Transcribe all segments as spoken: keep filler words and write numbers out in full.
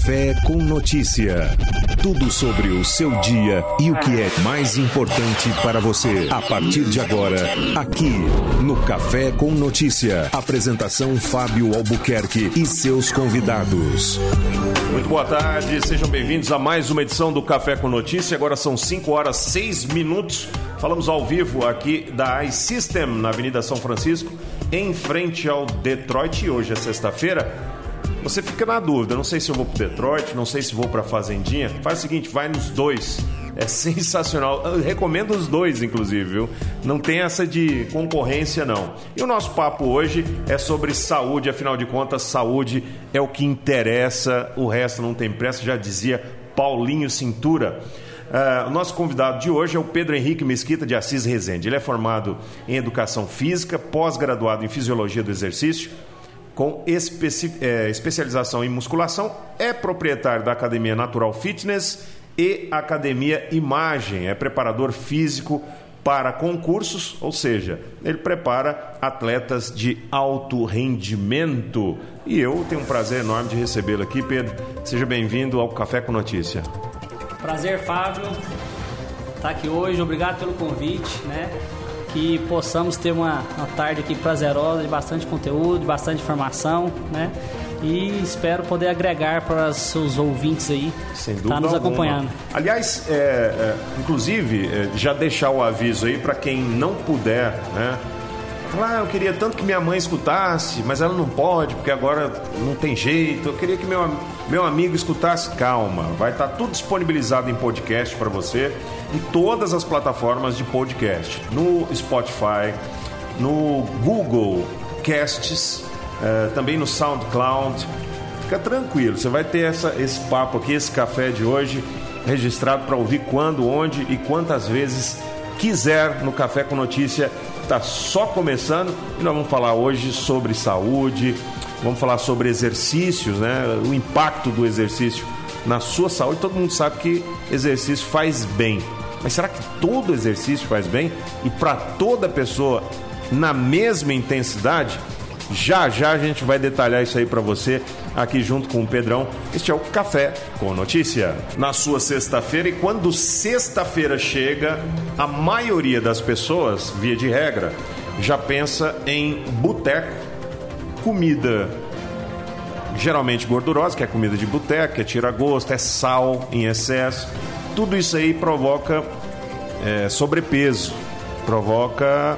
Café com Notícia. Tudo sobre o seu dia e o que é mais importante para você. A partir de agora, aqui no Café com Notícia. Apresentação Fábio Albuquerque e seus convidados. Muito boa tarde, sejam bem-vindos a mais uma edição do Café com Notícia. Agora são cinco horas e seis minutos. Falamos ao vivo aqui da iSystem, na Avenida São Francisco, em frente ao Detroit. E hoje é sexta-feira. Você fica na dúvida, não sei se eu vou pro Detroit, não sei se vou pra Fazendinha. Faz o seguinte, vai nos dois. É sensacional. Eu recomendo os dois, inclusive, viu? Não tem essa de concorrência, não. E o nosso papo hoje é sobre saúde. Afinal de contas, saúde é o que interessa. O resto não tem pressa, já dizia Paulinho Cintura. Uh, o nosso convidado de hoje é o Pedro Henrique Mesquita de Assis Rezende. Ele é formado em Educação Física, pós-graduado em Fisiologia do Exercício, com especi- é, especialização em musculação, é proprietário da Academia Natural Fitness e Academia Imagem, é preparador físico para concursos, ou seja, ele prepara atletas de alto rendimento. E eu tenho um prazer enorme de recebê-lo aqui, Pedro. Seja bem-vindo ao Café com Notícia. Prazer, Fábio, estar aqui hoje, obrigado pelo convite, né? Que possamos ter uma, uma tarde aqui prazerosa, de bastante conteúdo, de bastante informação, né? E espero poder agregar para os seus ouvintes aí, sem dúvida, tá nos alguma. acompanhando. Aliás, é, é, inclusive, é, já deixar o aviso aí para quem não puder, né? Falar, ah, eu queria tanto que minha mãe escutasse, mas ela não pode, porque agora não tem jeito. Eu queria que meu, meu amigo escutasse. Calma, vai estar tudo disponibilizado em podcast para você, em todas as plataformas de podcast, no Spotify, no Google Casts, uh, também no SoundCloud. Fica tranquilo, você vai ter essa, esse papo aqui, esse café de hoje registrado para ouvir quando, onde e quantas vezes quiser no Café com Notícia. Está só começando e nós vamos falar hoje sobre saúde, vamos falar sobre exercícios, né? O impacto do exercício na sua saúde. Todo mundo sabe que exercício faz bem, mas será que todo exercício faz bem? E para toda pessoa na mesma intensidade? Já já a gente vai detalhar isso aí para você aqui junto com o Pedrão. Este é o Café com Notícia. Na sua sexta-feira, e quando sexta-feira chega, a maioria das pessoas, via de regra, já pensa em boteco, comida geralmente gordurosa, que é comida de boteco, é tira-gosto, é sal em excesso. Tudo isso aí provoca é, sobrepeso, provoca...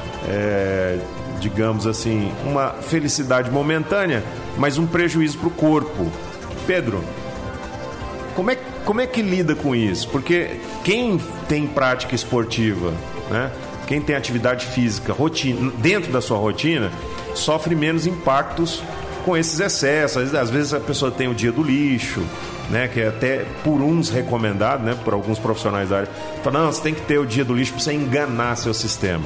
É, digamos assim, uma felicidade momentânea, mas um prejuízo para o corpo. Pedro, como é, como é que lida com isso? Porque quem tem prática esportiva, né? Quem tem atividade física rotina, dentro da sua rotina, sofre menos impactos com esses excessos. Às vezes a pessoa tem o dia do lixo, né? Que é até por uns recomendado, né? Por alguns profissionais da área. Fala, não, você tem que ter o dia do lixo para você enganar seu sistema.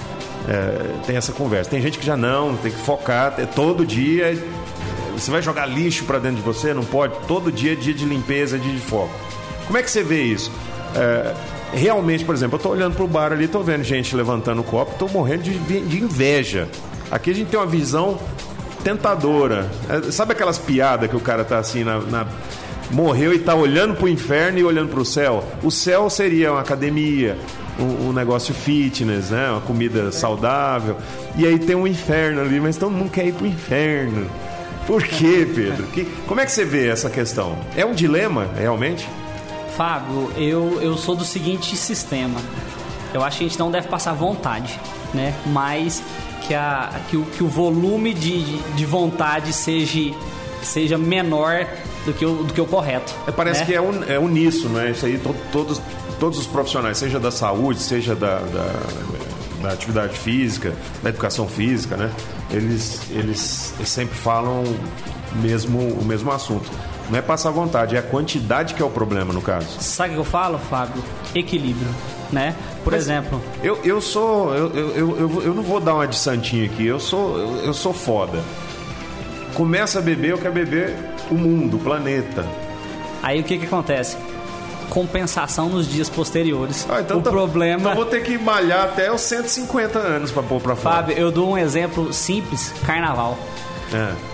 É, tem essa conversa. Tem gente que já não, tem que focar, é todo dia. Você vai jogar lixo pra dentro de você? Não pode. Todo dia é dia de limpeza, é dia de foco. Como é que você vê isso? É, realmente, por exemplo, eu tô olhando pro bar ali, tô vendo gente levantando o copo, tô morrendo de, de inveja. Aqui a gente tem uma visão tentadora. É, sabe aquelas piadas que o cara tá assim na, na... morreu e tá olhando pro inferno e olhando pro céu? O céu seria uma academia, Um, um negócio fitness, né? Uma comida saudável. E aí tem um inferno ali, mas todo mundo quer ir pro inferno. Por quê, Pedro? Que, como é que você vê essa questão? É um dilema, realmente? Fábio, eu, eu sou do seguinte sistema. Eu acho que a gente não deve passar vontade, né? Mas que, a, que, o, que o volume de, de vontade seja, seja menor do que o, do que o correto. É, parece né? que é, un, é uníssono, né? Isso aí, to, todos... Todos os profissionais, seja da saúde, seja da, da, da atividade física, da educação física, né? Eles, eles, eles sempre falam mesmo, o mesmo assunto. Não é passar vontade, é a quantidade que é o problema, no caso. Sabe o que eu falo, Fábio? Equilíbrio, né? Por Mas exemplo... Eu, eu sou... Eu, eu, eu, eu não vou dar uma de santinho aqui. Eu sou, eu, eu sou foda. Começa a beber, eu quero beber o mundo, o planeta. Aí o que que acontece? Compensação nos dias posteriores. Ah, então o tá, problema... Então vou ter que malhar até os cento e cinquenta anos para pôr para fora. Fábio, eu dou um exemplo simples. Carnaval. É.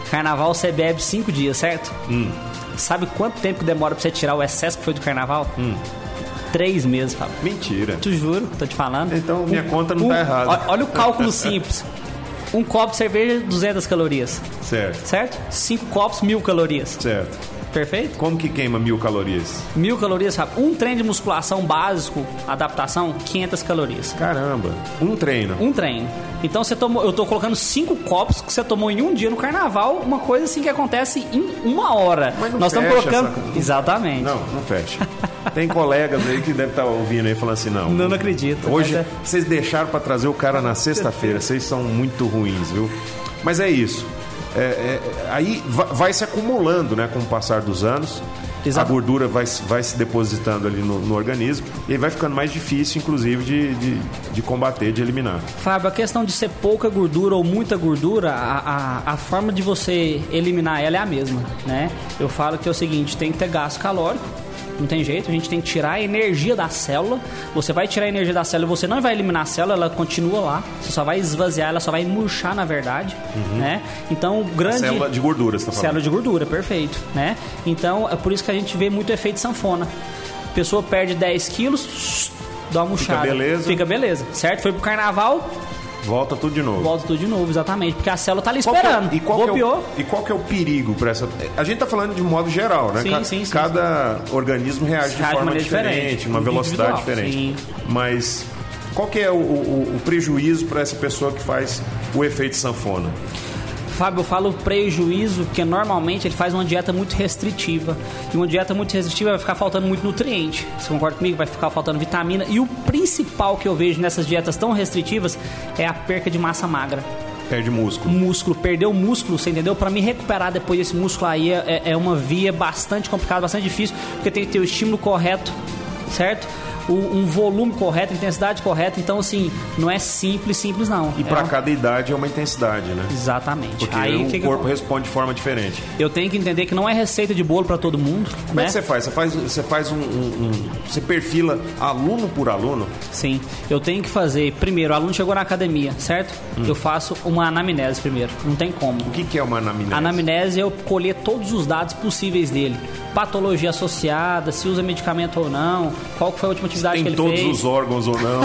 Carnaval você bebe cinco dias, certo? Hum. Sabe quanto tempo demora pra você tirar o excesso que foi do carnaval? Hum. Três meses, Fábio. Mentira. Te juro, tô te falando. Então minha um, conta não um, tá errada. Olha o cálculo simples. Um copo de cerveja, duzentas calorias. Certo. Certo? Cinco copos, mil calorias. Certo. Perfeito? Como que queima mil calorias? Mil calorias, sabe? Um treino de musculação básico, adaptação, quinhentas calorias. Caramba, um treino. Um treino. Então você tomou, eu tô colocando cinco copos que você tomou em um dia no carnaval, uma coisa assim que acontece em uma hora. Mas não Nós estamos fecha colocando. essa... Exatamente. Não, não fecha. Tem colegas aí que devem estar ouvindo aí falando assim, não. Não, não acredito. Hoje é... vocês deixaram para trazer o cara na sexta-feira. Vocês são muito ruins, viu? Mas é isso. É, é, aí vai, vai se acumulando, né, com o passar dos anos. Exato. A gordura vai, vai se depositando ali no, no organismo e aí vai ficando mais difícil, inclusive, de, de, de combater, de eliminar. Fábio, a questão de ser pouca gordura ou muita gordura, a, a, a forma de você eliminar ela é a mesma, né? Eu falo que é o seguinte, tem que ter gasto calórico. Não tem jeito, a gente tem que tirar a energia da célula. Você vai tirar a energia da célula, você não vai eliminar a célula, ela continua lá. Você só vai esvaziar, ela só vai murchar, na verdade, uhum. né? Então, o grande... A célula de gordura, você tá falando. Célula de gordura, perfeito, né? Então, é por isso que a gente vê muito efeito sanfona. A pessoa perde dez quilos, dá uma murchada. Fica beleza. Fica beleza, certo? Foi pro carnaval... Volta tudo de novo. Volta tudo de novo, exatamente. Porque a célula tá ali esperando. Qual e, qual é o, e qual que é o perigo para essa... A gente tá falando de modo geral, né? Sim, Cada, sim, sim, cada sim. organismo reage de forma diferente, diferente, uma velocidade diferente. Sim. Mas qual que é o, o, o prejuízo para essa pessoa que faz o efeito sanfona? Fábio, eu falo prejuízo porque normalmente ele faz uma dieta muito restritiva. E uma dieta muito restritiva vai ficar faltando muito nutriente. Você concorda comigo? Vai ficar faltando vitamina. E o principal que eu vejo nessas dietas tão restritivas é a perca de massa magra. Perde músculo. Músculo. Perdeu o músculo, você entendeu? Para me recuperar depois desse músculo aí é, é uma via bastante complicada, bastante difícil, porque tem que ter o estímulo correto, certo? Um volume correto, intensidade correta. Então, assim, não é simples, simples não. E para é um... cada idade é uma intensidade, né? Exatamente. Porque aí, o que corpo que eu... responde de forma diferente. Eu tenho que entender que não é receita de bolo para todo mundo. Como né? é que você faz? Você faz, você faz um, um, um... Você perfila aluno por aluno? Sim. Eu tenho que fazer... Primeiro, o aluno chegou na academia, certo? Hum. Eu faço uma anamnese primeiro. Não tem como. O que, que é uma anamnese? A anamnese é eu colher todos os dados possíveis dele. Patologia associada, se usa medicamento ou não, qual foi a última atividade tem que ele todos fez. Os órgãos ou não.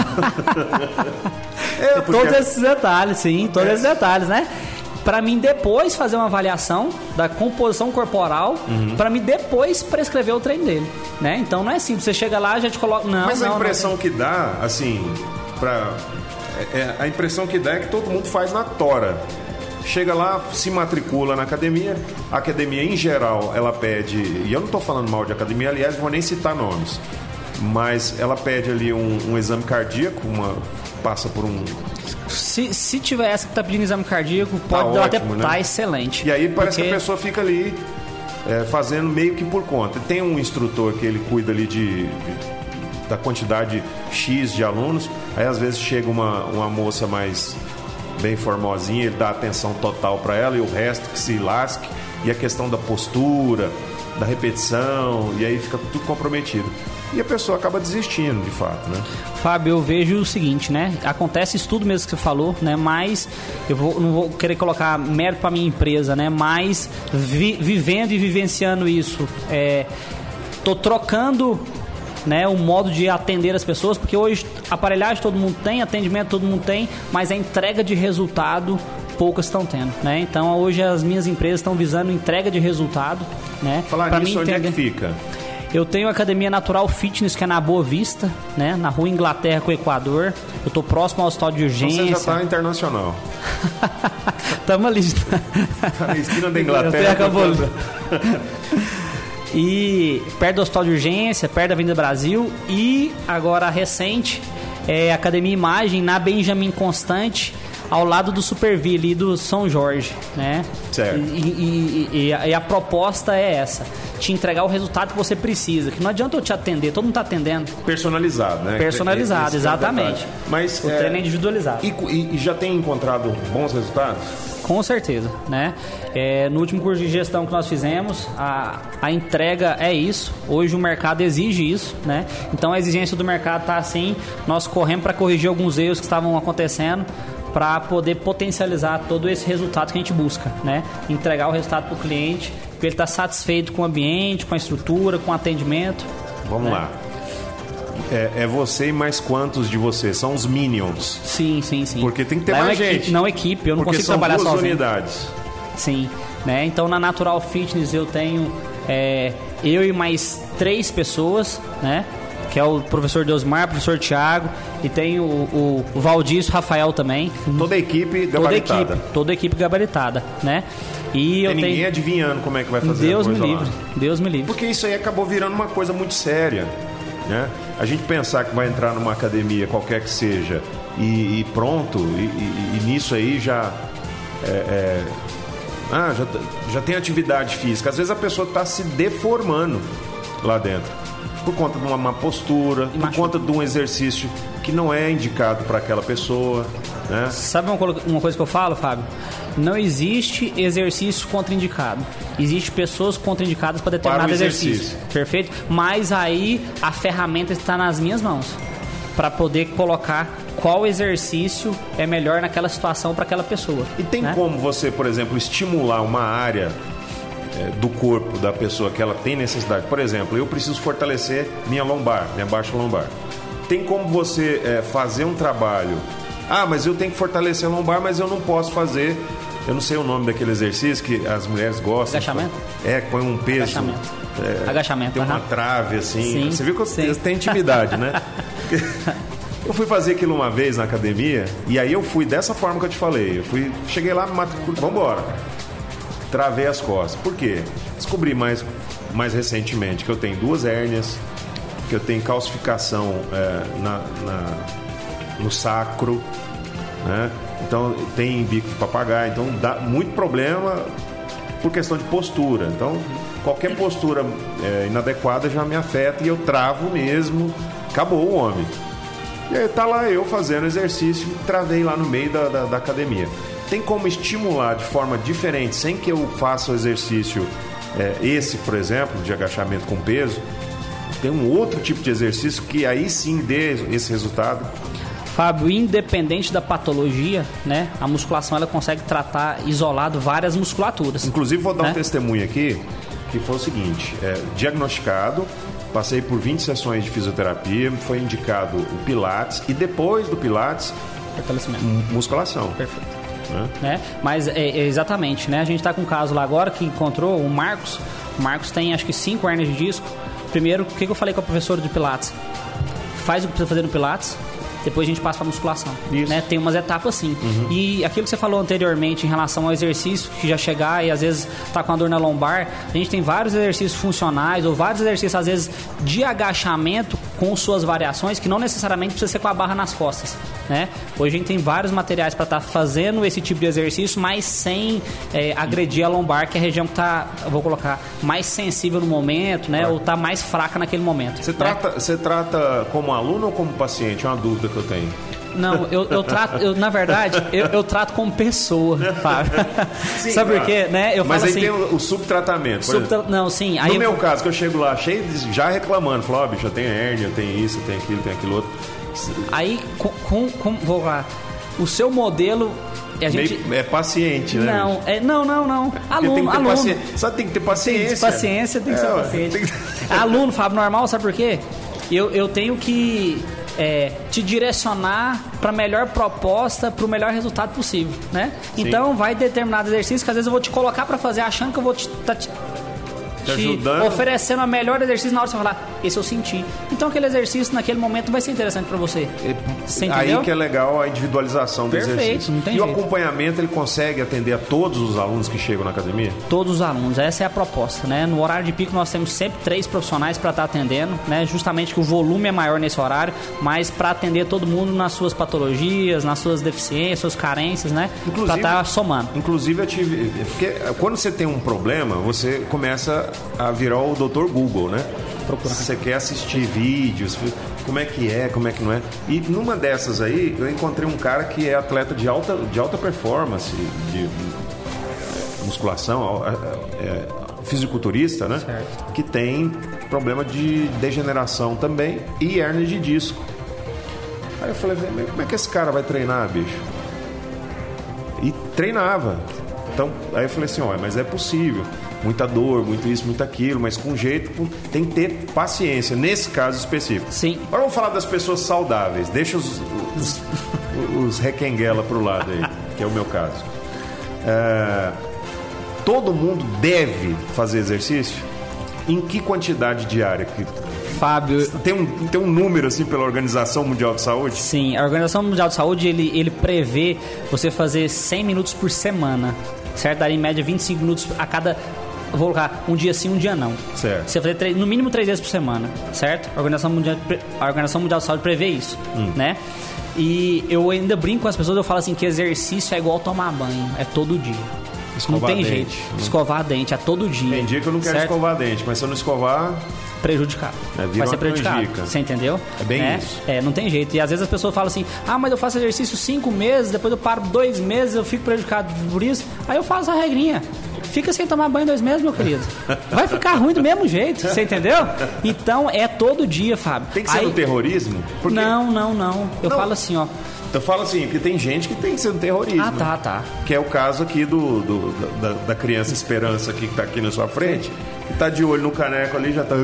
é, porque... Todos esses detalhes, sim, todos é. esses detalhes, né? Para mim depois fazer uma avaliação da composição corporal, uhum. para mim depois prescrever o treino dele, né? Então não é simples, você chega lá e já te coloca... Não, Mas não, a impressão não, que dá, assim, pra... é, a impressão que dá é que todo mundo faz na tora. Chega lá, se matricula na academia. A academia, em geral, ela pede... E eu não estou falando mal de academia, aliás, não vou nem citar nomes. Mas ela pede ali um, um exame cardíaco, uma, passa por um... Se, se tiver essa que está pedindo exame cardíaco, pode tá dar ótimo, até... né? Tá excelente. E aí parece porque... que a pessoa fica ali é, fazendo meio que por conta. Tem um instrutor que ele cuida ali de... de da quantidade X de alunos. Aí às vezes chega uma, uma moça mais... bem formosinha, ele dá atenção total para ela e o resto que se lasque. E a questão da postura, da repetição, e aí fica tudo comprometido. E a pessoa acaba desistindo, de fato, né? Fábio, eu vejo o seguinte, né? Acontece isso tudo mesmo que você falou, né? Mas eu vou, não vou querer colocar mérito para minha empresa, né? Mas vi, vivendo e vivenciando isso, é, tô trocando... Né, o modo de atender as pessoas, porque hoje aparelhagem todo mundo tem, atendimento todo mundo tem, mas a entrega de resultado poucas estão tendo, né? Então hoje as minhas empresas estão visando entrega de resultado, né? Falar pra nisso, mim onde entender... é que fica? Eu tenho a Academia Natural Fitness, que é na Boa Vista, né? Na rua Inglaterra com o Equador. Eu tô próximo ao hospital de urgência. Então você já tá internacional. Tamo ali. Na esquina da Inglaterra. Acabou. E perto do hospital de urgência, perto da Avenida Brasil. E agora a recente é a Academia Imagem na Benjamin Constante, ao lado do Supervi ali do São Jorge, né? Certo. E, e, e, e, a, e a proposta é essa: te entregar o resultado que você precisa. Que não adianta eu te atender, todo mundo tá atendendo. Personalizado, né? Personalizado, esse exatamente. Mas o é, treino é individualizado. E, e, e já tem encontrado bons resultados? Com certeza, né? É, no último curso de gestão que nós fizemos, a, a entrega é isso. Hoje o mercado exige isso, né? Então a exigência do mercado está assim. Nós corremos para corrigir alguns erros que estavam acontecendo para poder potencializar todo esse resultado que a gente busca, né? Entregar o resultado para o cliente, para ele estar satisfeito com o ambiente, com a estrutura, com o atendimento. Vamos né? lá. É, é você e mais quantos de vocês? São os Minions. Sim, sim, sim. Porque tem que ter Lá mais é gente. Equipe, não equipe, eu não Porque consigo são trabalhar duas sozinho. unidades. Sim, né? Então na Natural Fitness eu tenho é, eu e mais três pessoas, né? Que é o professor Deusmar, o professor Thiago e tem o, o, o Valdir, o Rafael também. Toda a equipe gabaritada. Toda a equipe, toda a equipe gabaritada, né? E eu tem ninguém tenho... adivinhando como é que vai fazer Deus a coisa me livre, lá. Deus me livre. Porque isso aí acabou virando uma coisa muito séria, né? A gente pensar que vai entrar numa academia, qualquer que seja, e, e pronto, e, e, e nisso aí já... É, é, ah, já, já tem atividade física. Às vezes a pessoa está se deformando lá dentro. Por conta de uma má postura, por conta de um exercício que não é indicado para aquela pessoa, né? Sabe uma, uma coisa que eu falo, Fábio? Não existe exercício contraindicado. Existe pessoas contraindicadas para determinado para exercício. exercício. Perfeito? Mas aí a ferramenta está nas minhas mãos para poder colocar qual exercício é melhor naquela situação para aquela pessoa. E tem né? como você, por exemplo, estimular uma área do corpo da pessoa que ela tem necessidade. Por exemplo, eu preciso fortalecer minha lombar, minha baixa lombar. Tem como você é, fazer um trabalho? Ah, mas eu tenho que fortalecer a lombar, mas eu não posso fazer... Eu não sei o nome daquele exercício que as mulheres gostam. Agachamento? É, põe um peso. Agachamento. É, Agachamento. Tem uma uhum. trave assim. Sim, você viu que sim. eu tenho intimidade, né? Eu fui fazer aquilo uma vez na academia e aí eu fui dessa forma que eu te falei. Eu fui, cheguei lá, me matriculei, vamos embora. Travei as costas. Por quê? Descobri mais, mais recentemente que eu tenho duas hérnias, que eu tenho calcificação é, na, na, no sacro, né? Então tem bico de papagaio, então dá muito problema por questão de postura. Então qualquer postura é, inadequada já me afeta e eu travo mesmo, acabou o homem. E aí tá lá eu fazendo exercício e travei lá no meio da, da, da academia. Tem como estimular de forma diferente, sem que eu faça o exercício, é, esse, por exemplo, de agachamento com peso, tem um outro tipo de exercício que aí sim dê esse resultado. Fábio, independente da patologia, né, a musculação ela consegue tratar isolado várias musculaturas. Inclusive vou dar né? um testemunho aqui, que foi o seguinte, é, diagnosticado, passei por vinte sessões de fisioterapia, foi indicado o Pilates e depois do Pilates, fortalecimento. Musculação. Perfeito. Né? Né? Mas é, é exatamente, né? A gente está com um caso lá agora que encontrou o Marcos. O Marcos tem acho que cinco hérnias de disco. Primeiro, o que, que eu falei com a professora de Pilates? Faz o que precisa fazer no Pilates, depois a gente passa para musculação. Né? Tem umas etapas assim. Uhum. E aquilo que você falou anteriormente em relação ao exercício, que já chegar e às vezes tá com a dor na lombar, a gente tem vários exercícios funcionais ou vários exercícios às vezes de agachamento com suas variações que não necessariamente precisa ser com a barra nas costas. Né? Hoje a gente tem vários materiais para estar tá fazendo esse tipo de exercício, mas sem é, agredir a lombar, que é a região que está, vou colocar, mais sensível no momento, né? Ou está mais fraca naquele momento. Você né? trata, você trata como aluno ou como paciente? É uma dúvida que eu tenho. Não, eu, eu trato, eu, na verdade, eu, eu trato como pessoa, Fábio. Sim, sabe claro. por quê? Né? Eu Mas falo aí assim, tem o, o subtratamento. subtra... Não, sim. Aí no eu... meu caso, que eu chego lá cheio de, já reclamando, falo, ó, oh, bicho, eu tenho hérnia, eu tenho isso, eu tenho aquilo, eu tenho aquilo outro. Aí, com, com, com, vou lá. O seu modelo. A gente... Meio, é paciente, né? Não, é, não, não, não. Aluno, tem que ter aluno. Paci... Só tem que ter paciência. Tem, paciência tem que é, ser ué, paciente. tem que... Aluno, Fábio, normal, sabe por quê? Eu, eu tenho que é, te direcionar para a melhor proposta, para o melhor resultado possível, né? Sim. Então, vai determinado exercício que às vezes eu vou te colocar para fazer achando que eu vou te... Tá te Te ajudando. oferecendo a melhor exercício na hora de você falar, esse eu senti. Então aquele exercício naquele momento vai ser interessante para você. Você entendeu? Aí que é legal a individualização do Perfeito, exercício. não tem e jeito. o acompanhamento, ele consegue atender a todos os alunos que chegam na academia? Todos os alunos, essa é a proposta, né? No horário de pico nós temos sempre três profissionais para estar atendendo, né? Justamente que o volume é maior nesse horário, mas para atender todo mundo nas suas patologias, nas suas deficiências, suas carências, né? Para estar somando. Inclusive eu tive... Porque quando você tem um problema, você começa a virar o doutor Google, né? Procurar. Você quer assistir vídeos, como é que é, como é que não é. E numa dessas aí, eu encontrei um cara que é atleta de alta, de alta performance, de musculação, é, fisiculturista, né? Certo. Que tem problema de degeneração também e hérnia de disco. Aí eu falei, como é que esse cara vai treinar, bicho? e treinava. Então, aí eu falei assim, olha, mas é possível. Muita dor, muito isso, muito aquilo, mas com jeito, tem que ter paciência, nesse caso específico. Sim. Agora vamos falar das pessoas saudáveis. Deixa os, os, os requenguela pro lado aí, que é o meu caso. É, todo mundo deve fazer exercício? Em que quantidade diária? Fábio... Tem um, tem um número, assim, pela Organização Mundial de Saúde? Sim, a Organização Mundial de Saúde, ele, ele prevê você fazer cem minutos por semana, certo? Daria em média vinte e cinco minutos a cada... Vou colocar um dia sim, um dia não. Certo. Você fazer três, no mínimo três vezes por semana, certo? A Organização Mundial, a Organização Mundial de Saúde prevê isso, hum. né? E eu ainda brinco com as pessoas, eu falo assim que exercício é igual tomar banho, é todo dia. Escovar não tem dente, jeito. Né? Escovar dente é todo dia. Tem dia que eu não quero certo? escovar dente, mas se eu não escovar... Prejudicado. É, vai ser prejudicado. Canjica. Você entendeu? É bem né? isso. É, não tem jeito. E às vezes as pessoas falam assim, ah, mas eu faço exercício cinco meses, depois eu paro dois meses, eu fico prejudicado por isso. Aí eu faço a regrinha. Fica sem tomar banho dois meses, meu querido. Vai ficar ruim do mesmo jeito, você entendeu? Então é todo dia, Fábio. Tem que ser Aí... no terrorismo? Porque... Não, não, não. Eu não. falo assim, ó. Eu falo assim, porque tem gente que tem que ser no terrorismo. Ah, tá, tá. Que é o caso aqui do, do, da, da criança Esperança aqui que tá aqui na sua frente, que tá de olho no caneco ali e já tá...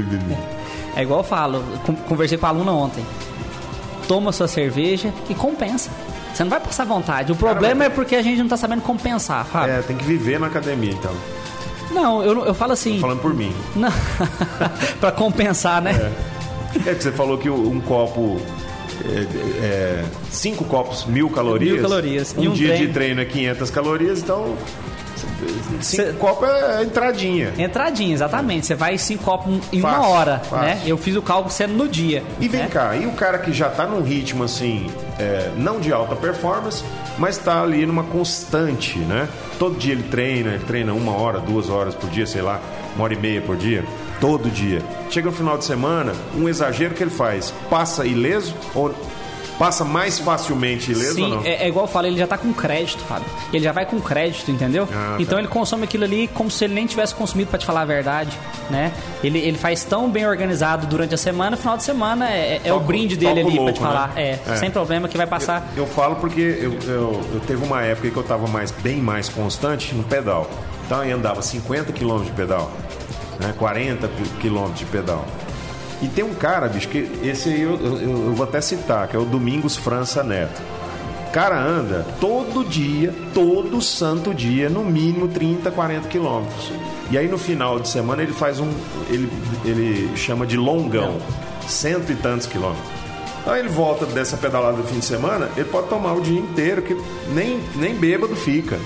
É igual eu falo, conversei com a aluna ontem. Toma sua cerveja e compensa. Você não vai passar vontade. O problema Cara, é porque a gente não tá sabendo compensar, Fábio. É, tem que viver na academia, então. Não, eu, eu falo assim... Tô falando por mim. Não. Pra compensar, né? É. É que você falou que um copo... É, é, cinco copos, mil calorias. Mil calorias. Um, e um dia treino. de treino é quinhentas calorias, então... Cinco Cê... copos é entradinha. Entradinha, exatamente. Você vai cinco copos em fácil, uma hora, fácil. né? Eu fiz o cálculo sendo no dia. E vem né? cá, e o cara que já tá num ritmo assim, é, não de alta performance, mas tá ali numa constante, né? Todo dia ele treina, ele treina uma hora, duas horas por dia, sei lá, uma hora e meia por dia, todo dia. Chega no final de semana, um exagero que ele faz, passa ileso ou... Passa mais facilmente ileso Sim, ou não? É, é igual eu falo, ele já tá com crédito, Fábio. Ele já vai com crédito, entendeu? Ah, então tá. ele consome aquilo ali como se ele nem tivesse consumido, pra te falar a verdade, né? Ele, ele faz tão bem organizado durante a semana, no final de semana é, é Toco, o brinde dele ali, louco, pra te falar. Né? É, é, sem problema que vai passar. Eu, eu falo porque eu, eu, eu teve uma época que eu tava mais, bem mais constante no pedal. Então eu andava cinquenta quilômetros de pedal, né? quarenta quilômetros de pedal. E tem um cara, bicho, que esse aí eu, eu, eu vou até citar, que é o Domingos França Neto. O cara anda todo dia, todo santo dia, no mínimo trinta, quarenta quilômetros. E aí no final de semana ele faz um... Ele, ele chama de longão, cento e tantos quilômetros. Aí ele volta dessa pedalada do fim de semana, ele pode tomar o dia inteiro, que nem, nem bêbado fica.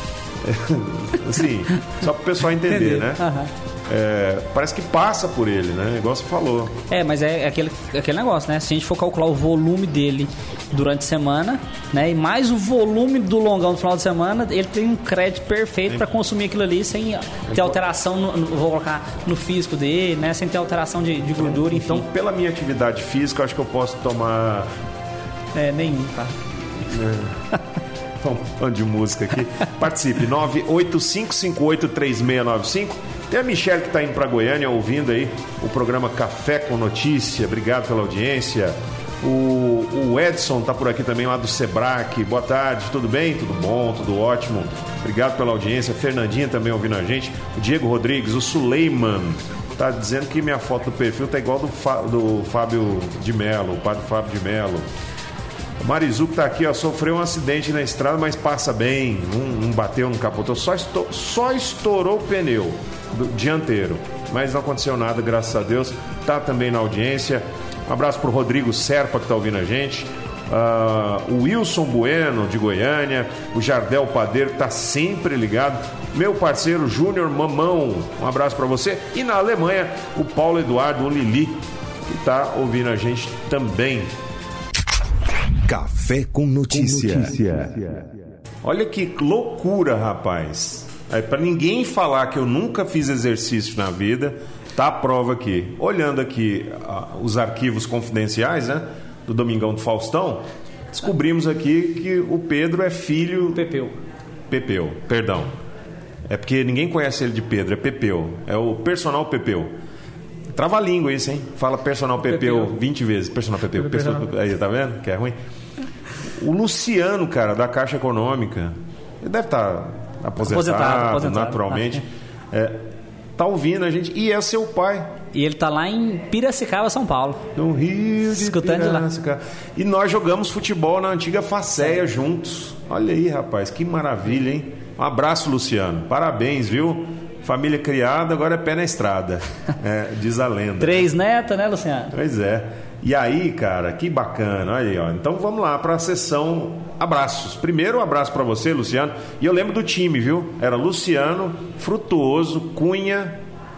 Assim, só para o pessoal entender, Entender. né? Uhum. É, parece que passa por ele, né? Igual você falou. É, mas é aquele, aquele negócio, né? Se a gente for calcular o volume dele durante a semana, né? E mais o volume do longão no final de semana, ele tem um crédito perfeito para consumir aquilo ali sem ter alteração, no, no, vou colocar, no físico dele, né? Sem ter alteração de, de gordura, enfim. Então, pela minha atividade física, eu acho que eu posso tomar... É, nenhum, tá? É. Vamos falando de música aqui. Participe, nove oito cinco cinco oito três seis nove cinco. Tem a Michelle que está indo para Goiânia ouvindo aí o programa Café com Notícia. Obrigado pela audiência. O, o Edson está por aqui também, lá do Sebrac. Boa tarde, tudo bem? Tudo bom, tudo ótimo. Obrigado pela audiência. A Fernandinha também ouvindo a gente. O Diego Rodrigues, o Suleiman está dizendo que minha foto do perfil tá igual do, Fá, do Fábio de Mello, o padre Fábio de Mello. O Marizu que tá aqui, ó, sofreu um acidente na estrada, mas passa bem, não, não bateu, não capotou, só, estou, só estourou o pneu do dianteiro, mas não aconteceu nada, graças a Deus. Tá também na audiência. Um abraço pro Rodrigo Serpa que tá ouvindo a gente. Uh, o Wilson Bueno de Goiânia, o Jardel Padeiro que tá sempre ligado, meu parceiro Júnior Mamão, um abraço para você. E na Alemanha, o Paulo Eduardo, o Lili, que tá ouvindo a gente também. Café com notícia. com notícia. Olha que loucura, rapaz. É, para ninguém falar que eu nunca fiz exercício na vida, tá a prova aqui. Olhando aqui uh, os arquivos confidenciais, né, do Domingão do Faustão, descobrimos aqui que o Pedro é filho... Pepeu. Pepeu, perdão. É porque ninguém conhece ele de Pedro, é Pepeu. É o personal Pepeu. Trava a língua isso, hein? Fala personal Pepeu, Pepeu. vinte vezes. Personal Pepeu. Personal... Aí, tá vendo? Que é ruim. O Luciano, cara, da Caixa Econômica. Ele deve estar aposentado, aposentado, aposentado. naturalmente. É, tá ouvindo a gente. E é seu pai. E ele tá lá em Piracicaba, São Paulo. No Rio de Escutando Piracicaba. E nós jogamos futebol na antiga Facéia juntos. Olha aí, rapaz, que maravilha, hein? Um abraço, Luciano. Parabéns, viu? Família criada, agora é pé na estrada. É, diz a lenda. Três netas, né, Luciano? Pois é. E aí, cara, que bacana. Olha aí, ó. Então vamos lá para a sessão abraços. Primeiro, um abraço para você, Luciano. E eu lembro do time, viu? Era Luciano, Frutuoso, Cunha,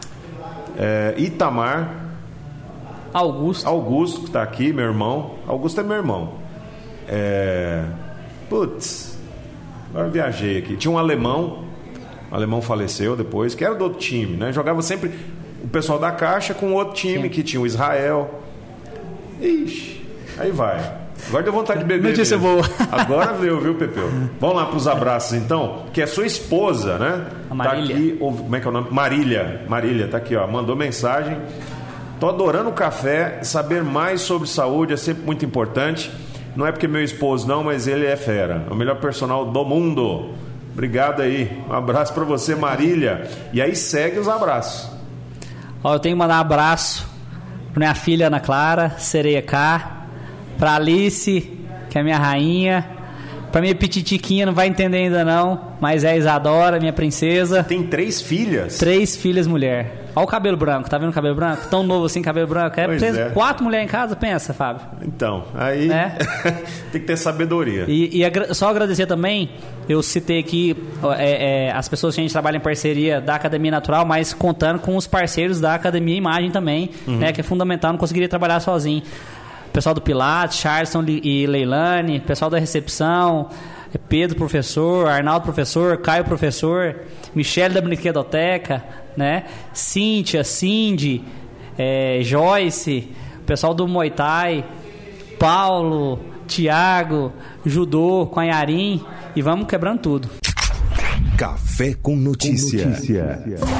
é, Itamar, Augusto. Augusto, que tá aqui, meu irmão. Augusto é meu irmão. É... Putz, agora viajei aqui. Tinha um alemão, o alemão faleceu depois, que era do outro time, né? Jogava sempre o pessoal da Caixa com outro time, Sim. que tinha o Israel. Ixi, aí vai. Agora deu vontade de beber. Notícia boa. Agora veio, viu, Pepeu? Vamos lá para os abraços, então. Que é sua esposa, né? A Marília. Tá aqui, como é que é o nome? Marília. Marília, tá aqui, ó. Mandou mensagem. Tô adorando o café. Saber mais sobre saúde é sempre muito importante. Não é porque meu esposo não, mas ele é fera. É o melhor personal do mundo. Obrigado aí. Um abraço para você, Marília. E aí segue os abraços. Ó, eu tenho que mandar um abraço pra minha filha Ana Clara, Sereia K, pra Alice, que é minha rainha, pra minha pititiquinha, não vai entender ainda não, mas é a Isadora, minha princesa. Tem três filhas? Três filhas mulher. Olha o cabelo branco, tá vendo o cabelo branco? Tão novo assim, cabelo branco. É, é. Quatro mulheres em casa, pensa, Fábio. Então, aí é. Tem que ter sabedoria. E, e só agradecer também, eu citei aqui é, é, as pessoas que a gente trabalha em parceria da Academia Natural, mas contando com os parceiros da Academia Imagem também, uhum. né, que é fundamental, não conseguiria trabalhar sozinho. Pessoal do Pilates, Charleston e Leilane, pessoal da recepção, Pedro professor, Arnaldo professor, Caio professor, Michele da Brinquedoteca, né? Cíntia, Cindy, é, Joyce, pessoal do Muay Thai, Paulo, Tiago, Judô, Quanharim, e vamos quebrando tudo. Café com notícia. Com notícia.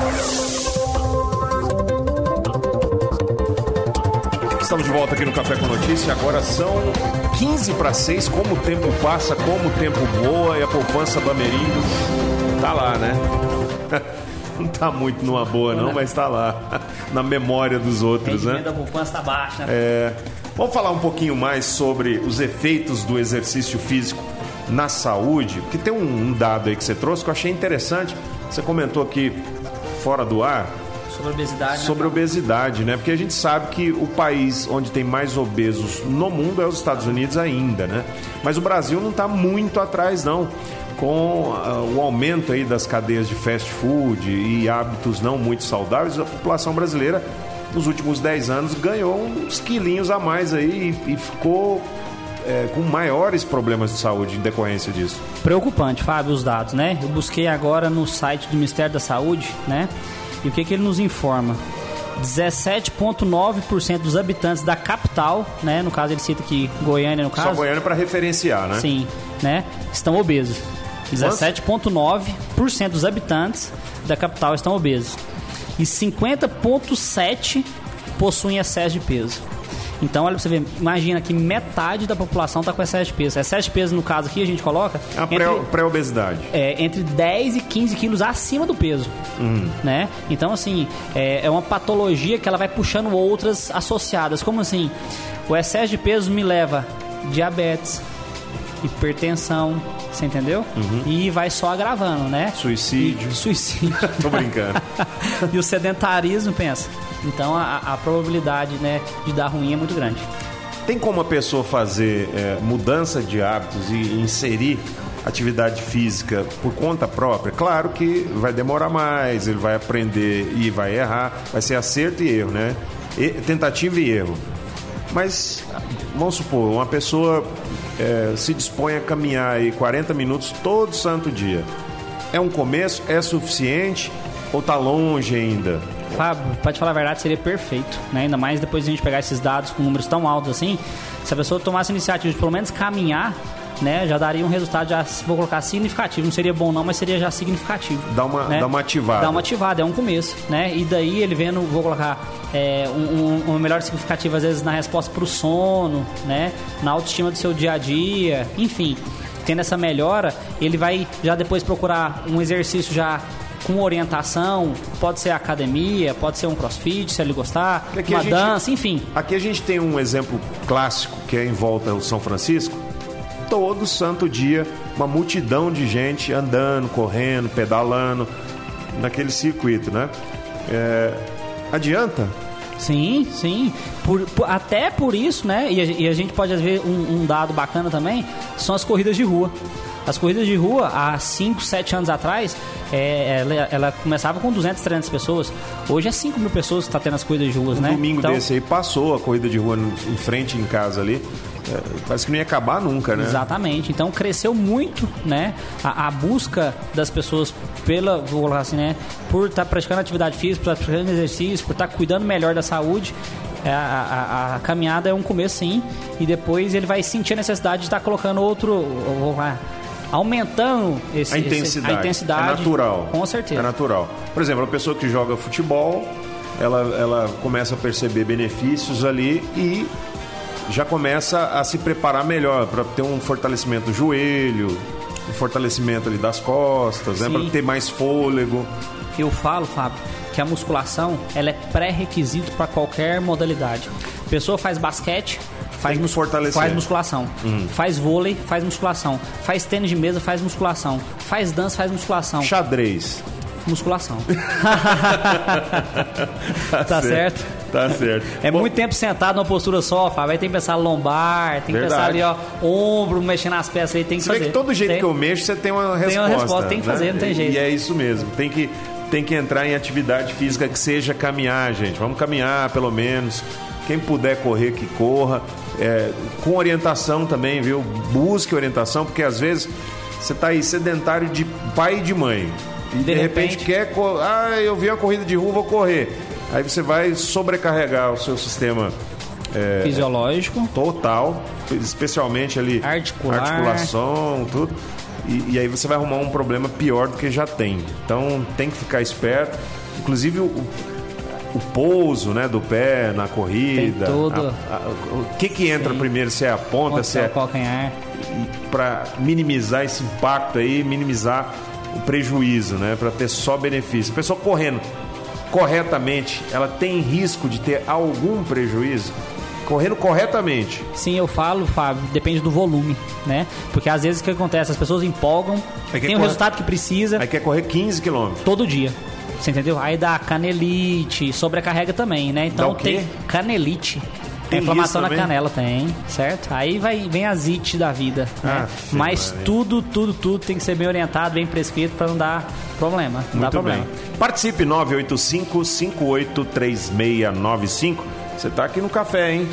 Estamos de volta aqui no Café com Notícia. Agora são quinze para seis. Como o tempo passa, como o tempo voa. E a poupança do Ameringos tá lá, né? Não tá muito numa boa não, mas tá lá. Na memória dos outros, né? A poupança tá baixa, né? É... Vamos falar um pouquinho mais sobre os efeitos do exercício físico na saúde. Porque tem um dado aí que você trouxe que eu achei interessante. Você comentou aqui fora do ar sobre obesidade, sobre né? obesidade, né? Porque a gente sabe que o país onde tem mais obesos no mundo é os Estados Unidos ainda, né? Mas o Brasil não está muito atrás, não. Com uh, o aumento aí das cadeias de fast food e hábitos não muito saudáveis, a população brasileira nos últimos dez anos ganhou uns quilinhos a mais aí e, e ficou é, com maiores problemas de saúde em decorrência disso. Preocupante, Fábio, os dados, né? Eu busquei agora no site do Ministério da Saúde, né? E o que, que ele nos informa? dezessete vírgula nove por cento dos habitantes da capital, né? No caso ele cita aqui Goiânia, no caso. Só Goiânia para referenciar, né? Sim, né? Estão obesos. dezessete vírgula nove por cento dos habitantes da capital estão obesos. E cinquenta vírgula sete por cento possuem excesso de peso. Então, olha pra você ver, imagina que metade da população está com excesso de peso. Excesso de peso, no caso aqui, a gente coloca... A entre, pré-obesidade. É, entre dez e quinze quilos acima do peso. Uhum. Né? Então, assim, é, é uma patologia que ela vai puxando outras associadas. Como assim? O excesso de peso me leva a diabetes, hipertensão, você entendeu? Uhum. E vai só agravando, né? Suicídio. E, suicídio. Tô brincando. E o sedentarismo, pensa. Então a, a probabilidade, né, de dar ruim é muito grande. Tem como a pessoa fazer é, mudança de hábitos e inserir atividade física por conta própria? Claro que vai demorar mais, ele vai aprender e vai errar, vai ser acerto e erro, né? E, tentativa e erro. Mas, vamos supor, uma pessoa é, se dispõe a caminhar aí quarenta minutos todo santo dia. É um começo? É suficiente? Ou tá longe ainda? Fábio, pra te falar a verdade, seria perfeito, né? Ainda mais depois de a gente pegar esses dados com números tão altos assim. Se a pessoa tomasse a iniciativa de pelo menos caminhar, né, já daria um resultado, já vou colocar significativo. Não seria bom não, mas seria já significativo. Dá uma, né? dá uma ativada. Dá uma ativada, é um começo, né? E daí ele vendo, vou colocar é, um, um, uma melhor significativa às vezes na resposta pro sono, né? Na autoestima do seu dia a dia, enfim. tendo essa melhora, ele vai já depois procurar um exercício já com orientação, pode ser academia, pode ser um crossfit, se ele gostar, aqui uma gente, dança, enfim. Aqui a gente tem um exemplo clássico que é em volta ao São Francisco. Todo santo dia, uma multidão de gente andando, correndo, pedalando naquele circuito, né? É, adianta? Sim, sim. Por, por, até por isso, né? E a, e a gente pode ver um, um dado bacana também, são as corridas de rua. As corridas de rua, há cinco, sete anos atrás, é, ela, ela começava com duzentas, trezentas pessoas. Hoje é cinco mil pessoas que estão tendo as corridas de ruas, um né? Domingo então, desse aí passou a corrida de rua em frente em casa ali. É, parece que não ia acabar nunca, né? Exatamente. Então cresceu muito, né? A, a busca das pessoas pela, vou falar assim, né? Por estar tá praticando atividade física, por estar tá praticando exercício, por estar tá cuidando melhor da saúde. A, a, a caminhada é um começo, sim. E depois ele vai sentir a necessidade de estar tá colocando outro... Vou falar, aumentando esse, a, intensidade. Esse, a intensidade. É natural. Com certeza. É natural. Por exemplo, a pessoa que joga futebol, ela, ela começa a perceber benefícios ali e já começa a se preparar melhor para ter um fortalecimento do joelho, um fortalecimento ali das costas, né, para ter mais fôlego. Eu falo, Fábio, que a musculação ela é pré-requisito para qualquer modalidade. A pessoa faz basquete, faz, mus faz musculação. Uhum. Faz vôlei, faz musculação. Faz tênis de mesa, faz musculação. Faz dança, faz musculação. Xadrez. Musculação. tá, tá certo? certo? Tá certo. É Bom, muito tempo sentado numa postura só, Fábio. Aí tem que pensar lombar, tem que verdade. pensar ali, ó, ombro, mexendo nas peças aí, tem que você fazer. Vê que todo jeito tem... que eu mexo, você tem uma resposta. Tem uma resposta, tem que fazer, né? não tem jeito. E é isso mesmo. Tem que, tem que entrar em atividade física que seja caminhar, gente. Vamos caminhar, pelo menos. Quem puder correr, que corra. É, com orientação também, viu? Busque orientação, porque às vezes você tá aí sedentário de pai e de mãe. E de, de repente, repente quer... Ah, eu vi uma corrida de rua, vou correr. Aí você vai sobrecarregar o seu sistema é, fisiológico total, especialmente ali articular, articulação, tudo. E, e aí você vai arrumar um problema pior do que já tem. Então tem que ficar esperto. Inclusive o, o pouso, né, do pé na corrida. Tem tudo. A, a, o que que entra Sim. primeiro? Se é a ponta, Ponto se é o calcanhar. Para minimizar esse impacto aí, minimizar o prejuízo, né, para ter só benefício. A pessoa correndo corretamente, ela tem risco de ter algum prejuízo? Correndo corretamente. Sim, eu falo, Fábio, depende do volume, né? Porque às vezes o que acontece, as pessoas empolgam, tem o resultado que precisa. Aí quer correr quinze quilômetros. Todo dia. Você entendeu? Aí dá canelite, sobrecarrega também, né? Então tem canelite. Tem inflamação na canela, tem, certo? Aí vai, vem as ites da vida, né? Ah, mas mano. tudo, tudo, tudo tem que ser bem orientado, bem prescrito para não dar problema. Não Muito dá problema. Bem. Participe nove oito cinco, cinco oito três seis nove cinco. Você tá aqui no café, hein?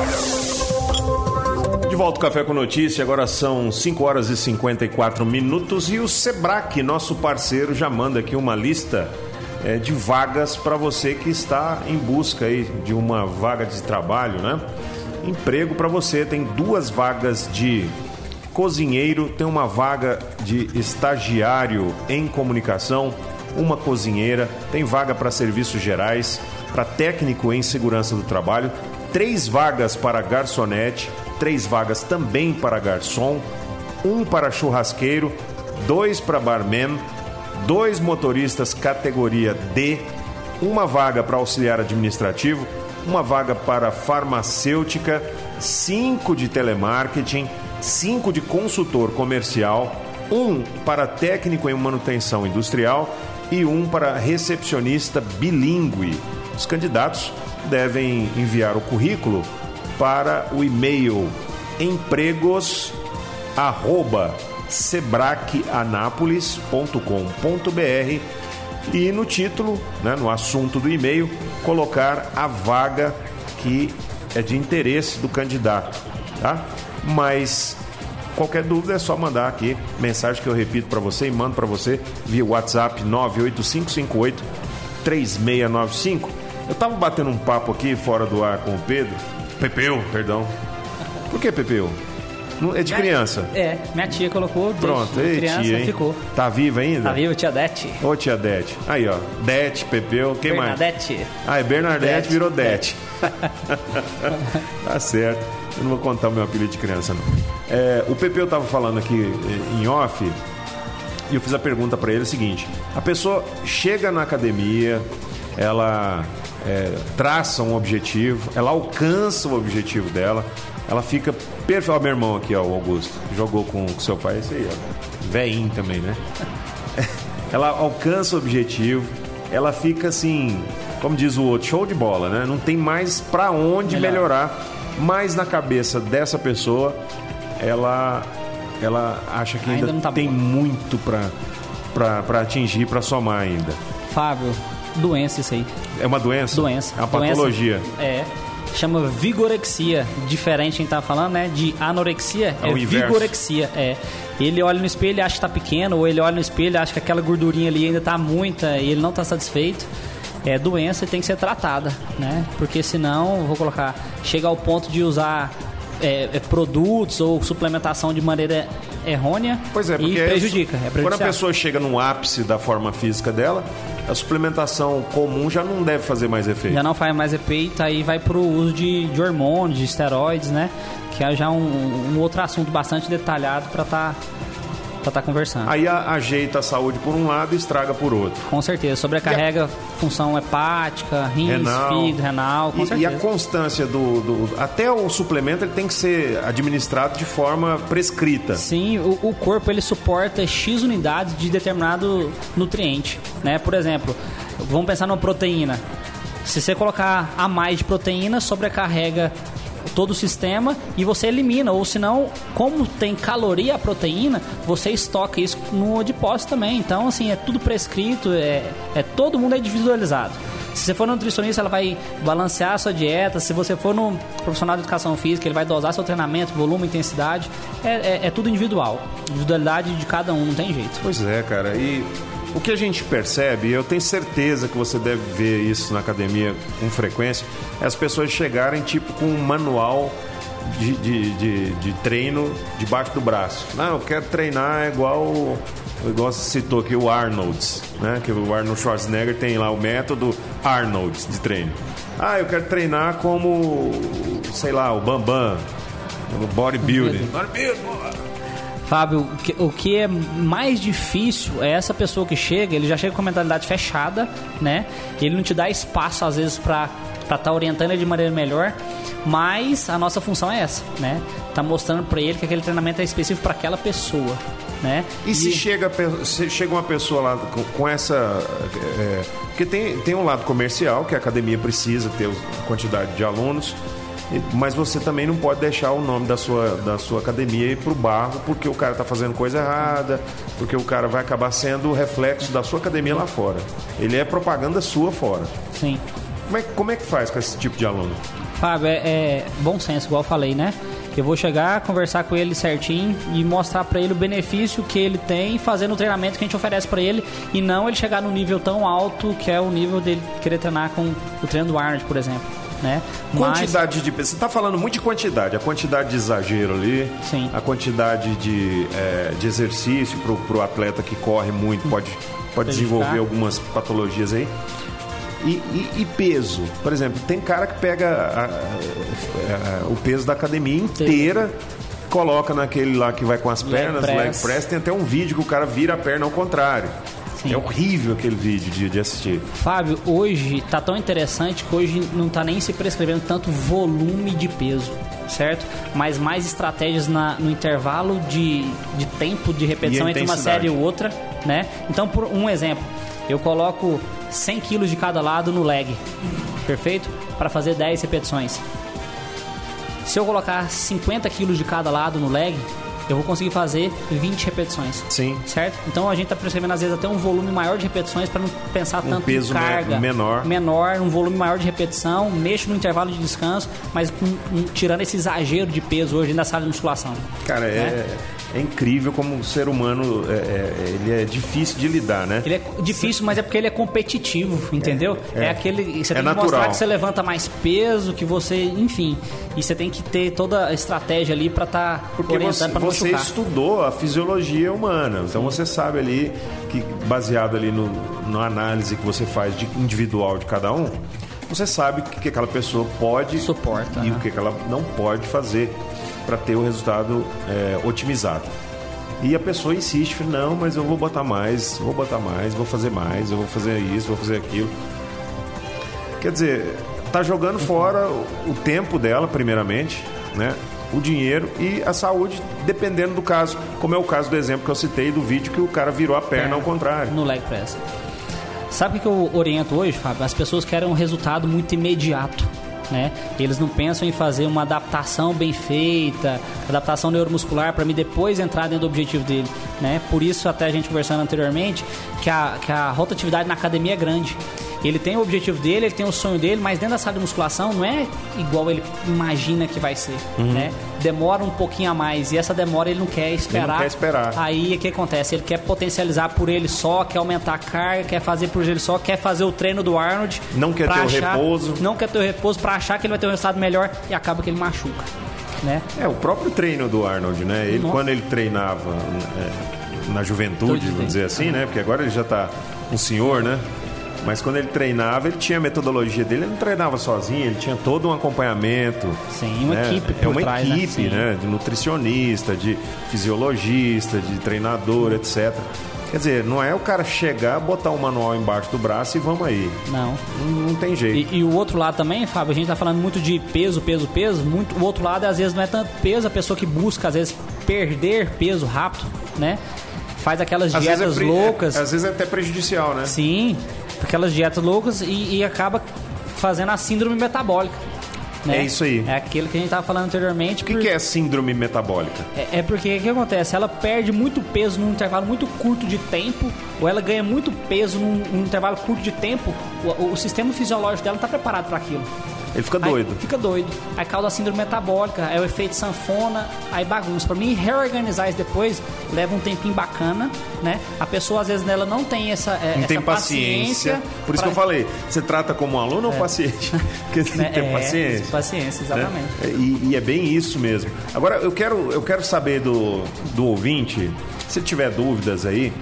De volta ao Café com Notícia, agora são cinco horas e cinquenta e quatro minutos e o Sebrae, nosso parceiro, já manda aqui uma lista É, de vagas para você que está em busca aí de uma vaga de trabalho, né? Emprego para você, tem duas vagas de cozinheiro, tem uma vaga de estagiário em comunicação, uma cozinheira, tem vaga para serviços gerais, para técnico em segurança do trabalho, três vagas para garçonete, três vagas também para garçom, um para churrasqueiro, dois para barman, dois motoristas categoria D, uma vaga para auxiliar administrativo, uma vaga para farmacêutica, cinco de telemarketing, cinco de consultor comercial, um para técnico em manutenção industrial e um para recepcionista bilíngue. Os candidatos devem enviar o currículo para o e-mail empregos arroba sebrae anápolis ponto com ponto br e no título, né, no assunto do e-mail, colocar a vaga que é de interesse do candidato, tá? Mas qualquer dúvida é só mandar aqui mensagem que eu repito para você e mando para você via WhatsApp nove oito cinco cinco oito três seis nove cinco. Eu tava batendo um papo aqui fora do ar com o Pedro, Pepeu, perdão. Por que Pepeu? É de criança? É, minha tia colocou. Pronto, de ei, criança, tia, hein? ficou. Tá viva ainda? Tá viva, tia Dete. Ô, tia Dete. Aí, ó. Dete, Pepeu, quem Bernadette. mais? Ah, é Bernadette, Dete. virou Dete. Tá certo. Eu não vou contar o meu apelido de criança, não. É, o Pepeu tava falando aqui em off, e eu fiz a pergunta pra ele, o seguinte: a pessoa chega na academia, ela é, traça um objetivo, ela alcança o objetivo dela, ela fica perfeita. Ó, meu irmão aqui, ó, o Augusto, jogou com o seu pai, esse aí, ó, veinho também, né? Ela alcança o objetivo, ela fica assim, como diz o outro, show de bola, né? Não tem mais pra onde Melhor. melhorar, mas na cabeça dessa pessoa, ela, ela acha que ainda, ainda tá tem bom. muito pra, pra, pra atingir, pra somar ainda. Fábio, doença isso aí. É uma doença? Doença. É uma patologia. Doença, é. Chama vigorexia. Diferente quem tá falando, né? De anorexia, é, é vigorexia. É. Ele olha no espelho e acha que tá pequeno, ou ele olha no espelho e acha que aquela gordurinha ali ainda tá muita e ele não tá satisfeito. É doença e tem que ser tratada, né? Porque senão, vou colocar, chega ao ponto de usar é, é, produtos ou suplementação de maneira errônea pois é, porque e prejudica. É, é quando a pessoa chega no ápice da forma física dela, a suplementação comum já não deve fazer mais efeito. Já não faz mais efeito, aí vai pro uso de, de hormônios, de esteroides, né? Que é já um, um outro assunto bastante detalhado para tá, pra tá conversando. Aí a, ajeita a saúde por um lado e estraga por outro. Com certeza. Sobrecarrega a... função hepática, rins, renal. fígado, renal, com e, certeza. E a constância do, do... Até o suplemento ele tem que ser administrado de forma prescrita. Sim, o, o corpo ele suporta X unidades de determinado nutriente, né? Por exemplo, vamos pensar numa proteína. Se você colocar a mais de proteína, sobrecarrega todo o sistema e você elimina, ou senão, como tem caloria a proteína, você estoca isso no adipócito também. Então, assim, é tudo prescrito, é, é todo mundo é individualizado. Se você for no nutricionista, ela vai balancear a sua dieta. Se você for no profissional de educação física, ele vai dosar seu treinamento, volume, intensidade. É, é, é tudo individual. Individualidade de cada um, não tem jeito. Pois é, cara. E o que a gente percebe, eu tenho certeza que você deve ver isso na academia com frequência, é as pessoas chegarem tipo com um manual de, de, de, de treino debaixo do braço. Não, eu quero treinar igual, igual você citou aqui, o Arnold, né? Que o Arnold Schwarzenegger tem lá o método Arnold de treino. Ah, eu quero treinar como, sei lá, o Bambam, o bodybuilding. Bodybuilding. Fábio, o que, o que é mais difícil é essa pessoa que chega, ele já chega com a mentalidade fechada, né? Ele não te dá espaço, às vezes, para estar tá orientando ele de maneira melhor, mas a nossa função é essa, né? Tá mostrando para ele que aquele treinamento é específico para aquela pessoa, né? E, e se, chega, se chega uma pessoa lá com, com essa... É, porque tem, tem um lado comercial, que a academia precisa ter a quantidade de alunos, mas você também não pode deixar o nome da sua, da sua academia ir pro barro porque o cara tá fazendo coisa errada, porque o cara vai acabar sendo o reflexo da sua academia lá fora. Ele é propaganda sua fora. Sim. Como é, como é que faz com esse tipo de aluno? Fábio, é, é bom senso, igual eu falei, né? Eu vou chegar, conversar com ele certinho e mostrar pra ele o benefício que ele tem fazendo o treinamento que a gente oferece pra ele, e não ele chegar num nível tão alto que é o nível dele querer treinar com o treino do Arnold, por exemplo. Né? Quantidade Mas... de... Você está falando muito de quantidade. A quantidade de exagero ali. Sim. A quantidade de, é, de exercício para o atleta que corre muito. Pode, pode desenvolver algumas patologias aí. E, e, e peso. Por exemplo, tem cara que pega a, a, a, o peso da academia inteira, Sim. coloca naquele lá que vai com as pernas, leg press. leg press. Tem até um vídeo que o cara vira a perna ao contrário. Sim. É horrível aquele vídeo de, de assistir. Fábio, hoje tá tão interessante que hoje não tá nem se prescrevendo tanto volume de peso, certo? Mas mais estratégias na, no intervalo de, de tempo de repetição entre uma série e outra, né? Então, por um exemplo, eu coloco cem quilos de cada lado no leg, perfeito? Para fazer dez repetições. Se eu colocar cinquenta quilos de cada lado no leg, eu vou conseguir fazer vinte repetições. Sim. Certo? Então a gente está prescrevendo às vezes até um volume maior de repetições para não pensar um tanto peso em carga. menor. Menor, um volume maior de repetição, mexo no intervalo de descanso, mas um, um, tirando esse exagero de peso hoje na sala de musculação. Cara, né? é, É incrível como o ser humano é, é, ele é difícil de lidar, né? Ele é difícil, mas é porque ele é competitivo, entendeu? É, é. é aquele. Você é tem natural. que mostrar que você levanta mais peso, que você, enfim. E você tem que ter toda a estratégia ali para estar tá orientando para não você machucar. estudou a fisiologia humana, então você sabe ali que, baseado ali no, na análise que você faz de individual de cada um, você sabe o que, que aquela pessoa pode Suporta, e né? o que, que ela não pode fazer para ter o resultado é, otimizado. E a pessoa insiste, não, mas eu vou botar mais, vou botar mais, vou fazer mais, eu vou fazer isso, vou fazer aquilo. Quer dizer, tá jogando fora o tempo dela, primeiramente, né? O dinheiro e a saúde, dependendo do caso. Como é o caso do exemplo que eu citei do vídeo que o cara virou a perna é, ao contrário. No leg press. Sabe o que eu oriento hoje, Fábio? As pessoas querem um resultado muito imediato. Né? Eles não pensam em fazer uma adaptação bem feita, adaptação neuromuscular para mim depois entrar dentro do objetivo dele, né? Por isso, até a gente conversando anteriormente, que a, que a rotatividade na academia é grande. Ele tem o objetivo dele, ele tem o sonho dele, mas dentro da sala de musculação não é igual ele imagina que vai ser, uhum. né? Demora um pouquinho a mais e essa demora ele não quer esperar. Ele não quer esperar. Aí o que acontece? Ele quer potencializar por ele só, quer aumentar a carga, quer fazer por ele só, quer fazer o treino do Arnold. Não quer ter achar, o repouso. Não quer ter o repouso para achar que ele vai ter um resultado melhor e acaba que ele machuca, né? É, o próprio treino do Arnold, né? Ele, quando ele treinava é, na juventude, vamos dizer assim, uhum. né? Porque agora ele já tá um senhor, né? Mas quando ele treinava, ele tinha a metodologia dele, ele não treinava sozinho, ele tinha todo um acompanhamento. Sim, uma né? equipe por É uma trás, equipe, né? né? De nutricionista, de fisiologista, de treinador, etcétera. Quer dizer, não é o cara chegar, botar o manual embaixo do braço e vamos aí. Não. Não, não tem jeito. E, e o outro lado também, Fábio, a gente tá falando muito de peso, peso, peso. Muito, o outro lado, às vezes, não é tanto peso, a pessoa que busca, às vezes, perder peso rápido, né? Faz aquelas às dietas vezes é pre... loucas. É, às vezes é até prejudicial, né? Sim, aquelas dietas loucas e, e acaba fazendo a síndrome metabólica. Né? É isso aí. É aquilo que a gente estava falando anteriormente. O que, por... que é síndrome metabólica? É, é porque o que acontece? Ela perde muito peso num intervalo muito curto de tempo, ou ela ganha muito peso num, num intervalo curto de tempo. O, o sistema fisiológico dela não está preparado para aquilo. Ele fica doido. Aí fica doido. Aí causa a síndrome metabólica, é o efeito sanfona, aí bagunça. Pra mim, reorganizar isso depois leva um tempinho bacana, né? A pessoa, às vezes, nela não tem essa, é, não essa tem paciência. paciência Por isso pra... que eu falei, você trata como um aluno é. ou paciente? Porque tem que ter é, paciência. Paciência, exatamente. Né? E, e é bem isso mesmo. Agora, eu quero, eu quero saber do, do ouvinte, se tiver dúvidas aí,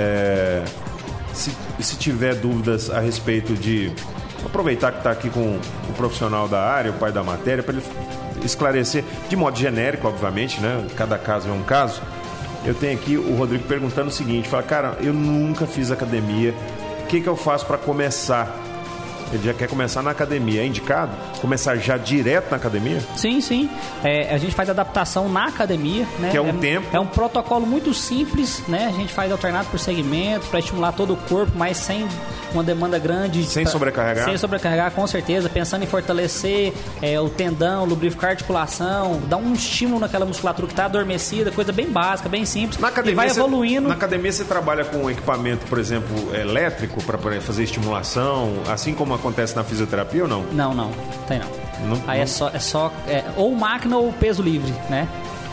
é, se, se tiver dúvidas a respeito de... Aproveitar que está aqui com o profissional da área, o pai da matéria, para ele esclarecer de modo genérico, obviamente, né? Cada caso é um caso. Eu tenho aqui o Rodrigo perguntando o seguinte: fala, cara, eu nunca fiz academia, o que, que eu faço para começar? Ele já quer começar na academia. É indicado começar já direto na academia? Sim, sim. É, a gente faz adaptação na academia, né? Que é um é, tempo. É um protocolo muito simples, né? A gente faz alternado por segmento para estimular todo o corpo, mas sem uma demanda grande. Sem pra, sobrecarregar? Sem sobrecarregar, com certeza. Pensando em fortalecer é, o tendão, lubrificar a articulação, dar um estímulo naquela musculatura que está adormecida, coisa bem básica, bem simples. Na academia, e vai você, evoluindo. Na academia você trabalha com equipamento, por exemplo, elétrico para fazer estimulação, assim como acontece na fisioterapia ou não? Não, não. Tem não. não Aí não. é só, é só é, ou máquina ou peso livre, né?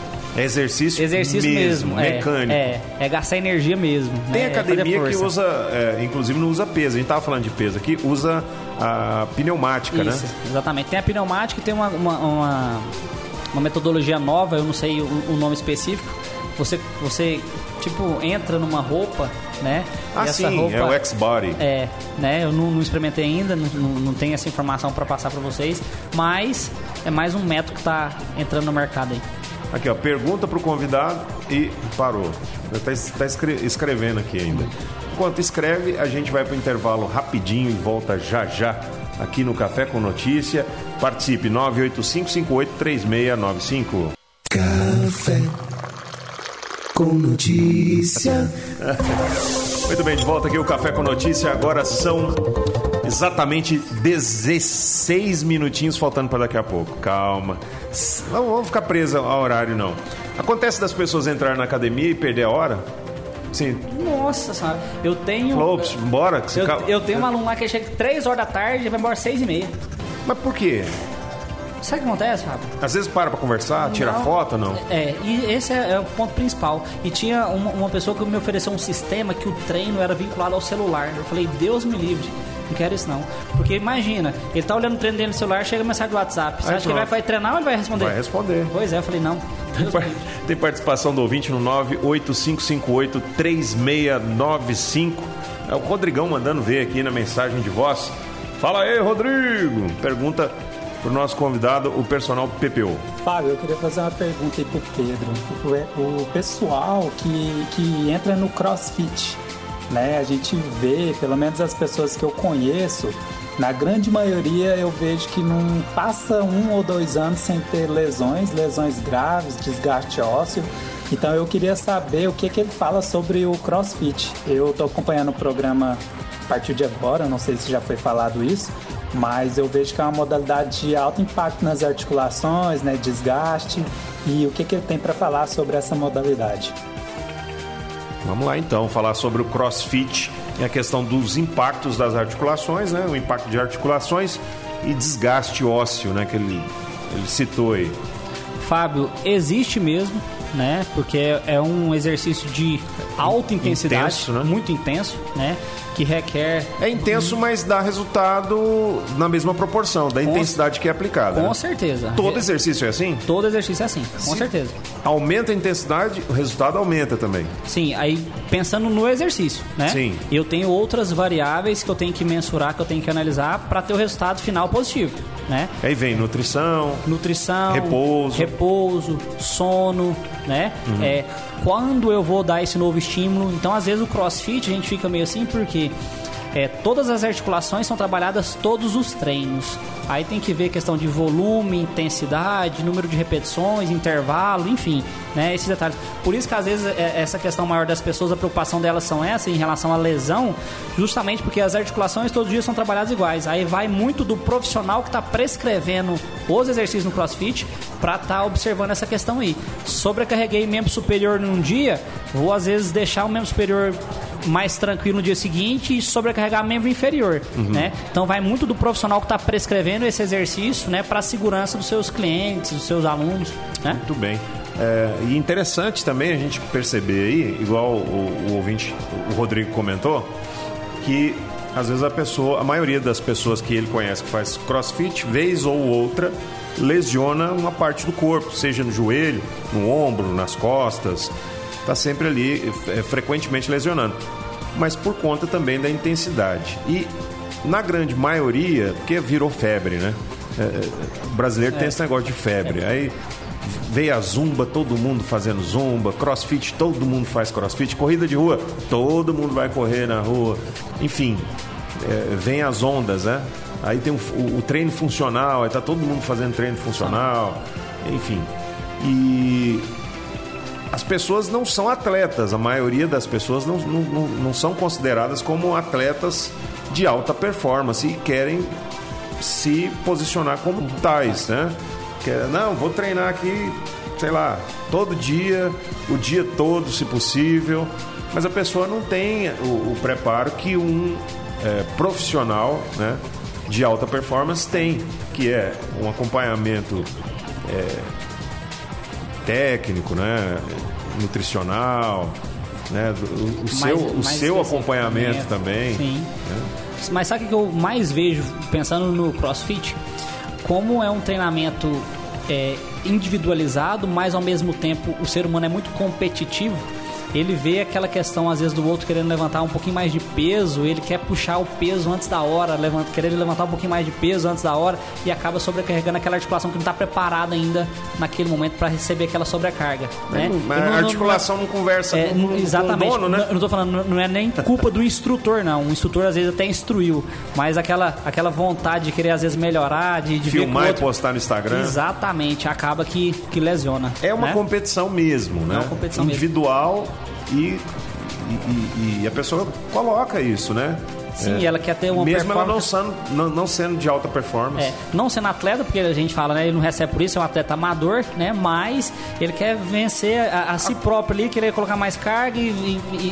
É exercício, exercício mesmo, mesmo mecânico. É, é, é gastar energia mesmo. Tem né? academia é que usa, é, inclusive não usa peso. A gente tava falando de peso aqui, usa a pneumática, Isso, né? Exatamente. Tem a pneumática e tem uma, uma, uma, uma metodologia nova, eu não sei o, o nome específico. Você, você, tipo, entra numa roupa, né? Ah, e essa sim, roupa, é o X-Body. É, né? Eu não, não experimentei ainda, não, não, não tenho essa informação para passar para vocês, mas é mais um método que tá entrando no mercado aí. Aqui, ó, pergunta pro convidado e parou. Tá, tá escrevendo aqui ainda. Enquanto escreve, a gente vai pro intervalo rapidinho e volta já já aqui no Café com Notícia. Participe, nove oito cinco, cinco oito três seis nove cinco. Café com Notícia. Muito bem, de volta aqui o Café com Notícia. Agora são exatamente dezesseis minutinhos faltando para daqui a pouco. Calma. Não vamos ficar presos ao horário, não. Acontece das pessoas entrarem na academia e perder a hora? Sim. Nossa senhora, eu tenho... Falou, bora. Eu, eu, cal... eu tenho um aluno lá que chega três horas da tarde e vai embora seis e meia. Mas por quê? Mas porque, o que, que acontece? Eu, eu tenho uma aluna lá que chega três horas da tarde e vai embora seis e meia. Mas por quê? Porque sabe o que acontece, Fábio? Às vezes para pra conversar, tira Não. foto, não? É, e esse é, é o ponto principal. E tinha uma, uma pessoa que me ofereceu um sistema que o treino era vinculado ao celular. Eu falei, Deus me livre, não quero isso não. Porque imagina, ele tá olhando o treino dele no celular, chega a mensagem do WhatsApp. Você Aí acha que ele vai, vai treinar ou ele vai responder? Vai responder. Pois é, eu falei, não. Deus me livre. Tem participação do ouvinte no nove oito cinco cinco oito três seis nove cinco. É o Rodrigão mandando ver aqui na mensagem de voz. Fala aí, Rodrigo! Pergunta pro nosso convidado, o personal P P O. Fábio, eu queria fazer uma pergunta aí pro Pedro. O, o pessoal que, que entra no CrossFit, né? A gente vê, pelo menos as pessoas que eu conheço, na grande maioria eu vejo que não passa um ou dois anos sem ter lesões, lesões graves, desgaste ósseo. Então eu queria saber o que, que ele fala sobre o CrossFit. Eu tô acompanhando o programa a partir de agora, não sei se já foi falado isso, mas eu vejo que é uma modalidade de alto impacto nas articulações, né, desgaste, e o que, que ele tem para falar sobre essa modalidade. Vamos lá então, falar sobre o CrossFit e a questão dos impactos das articulações, né, o impacto de articulações e desgaste ósseo, né, que ele, ele citou aí. Fábio, existe mesmo, né? Porque é um exercício de alta intensidade, intenso, né? muito intenso, né? Que requer... É intenso, mas dá resultado na mesma proporção da Com intensidade que é aplicada. Com né? certeza. Todo exercício é assim? Todo exercício é assim, com Sim. certeza. Aumenta a intensidade, o resultado aumenta também. Sim, aí pensando no exercício, né? Sim. Eu tenho outras variáveis que eu tenho que mensurar, que eu tenho que analisar para ter o resultado final positivo, né? Aí vem nutrição, Nutrição, Repouso. repouso, sono, né? Uhum. É, quando eu vou dar esse novo estímulo. Então, às vezes, o CrossFit a gente fica meio assim porque é, todas as articulações são trabalhadas todos os treinos. Aí tem que ver questão de volume, intensidade, número de repetições, intervalo, enfim, né, esses detalhes. Por isso que às vezes é, essa questão maior das pessoas, a preocupação delas são essa em relação à lesão, justamente porque as articulações todos os dias são trabalhadas iguais. Aí vai muito do profissional que está prescrevendo os exercícios no CrossFit para estar tá observando essa questão aí. Sobrecarreguei membro superior num dia, vou às vezes deixar o membro superior mais tranquilo no dia seguinte e sobrecarregar membro inferior, uhum. né? Então vai muito do profissional que está prescrevendo esse exercício, né, para a segurança dos seus clientes, dos seus alunos, né? Muito bem. É, e interessante também a gente perceber aí, igual o, o ouvinte, o Rodrigo comentou, que às vezes a pessoa, a maioria das pessoas que ele conhece que faz CrossFit, vez ou outra, lesiona uma parte do corpo, seja no joelho, no ombro, nas costas. Está sempre ali, é, frequentemente lesionando, mas por conta também da intensidade. E na grande maioria, porque virou febre, né? É, o brasileiro é. tem esse negócio de febre. É. Aí veio a zumba, todo mundo fazendo zumba, CrossFit, todo mundo faz CrossFit, corrida de rua, todo mundo vai correr na rua. Enfim, é, vem as ondas, né? Aí tem o, o, o treino funcional, aí tá todo mundo fazendo treino funcional, enfim. E as pessoas não são atletas, a maioria das pessoas não, não, não são consideradas como atletas de alta performance e querem se posicionar como tais, né? Quer, não, vou treinar aqui, sei lá, todo dia, o dia todo, se possível, mas a pessoa não tem o, o preparo que um é, profissional, né, de alta performance tem, que é um acompanhamento é, técnico, né, nutricional, né, o, o seu, mais, o mais seu acompanhamento também. Sim. Né? Mas sabe o que eu mais vejo pensando no CrossFit? Como é um treinamento é, individualizado, mas ao mesmo tempo o ser humano é muito competitivo. Ele vê aquela questão, às vezes, do outro querendo levantar um pouquinho mais de peso, ele quer puxar o peso antes da hora, levanta, querendo levantar um pouquinho mais de peso antes da hora e acaba sobrecarregando aquela articulação que não está preparada ainda naquele momento para receber aquela sobrecarga. Mas, né? mas não, a articulação não, não conversa é, com, exatamente, com o dono, né? Não, eu não tô falando, não é nem culpa do instrutor, não. O instrutor, às vezes, até instruiu, mas aquela, aquela vontade de querer, às vezes, melhorar, de, de filmar ver outro... e postar no Instagram. Exatamente, acaba que, que lesiona. É uma né? competição mesmo, né? É uma competição individual mesmo. E, e, e a pessoa coloca isso, né? Sim, é, ela quer ter uma mesmo performance... ela não sendo, não, não sendo de alta performance. É, não sendo atleta, porque a gente fala, né? Ele não recebe por isso, é um atleta amador, né? Mas ele quer vencer a, a si próprio ali, querer colocar mais carga e, e,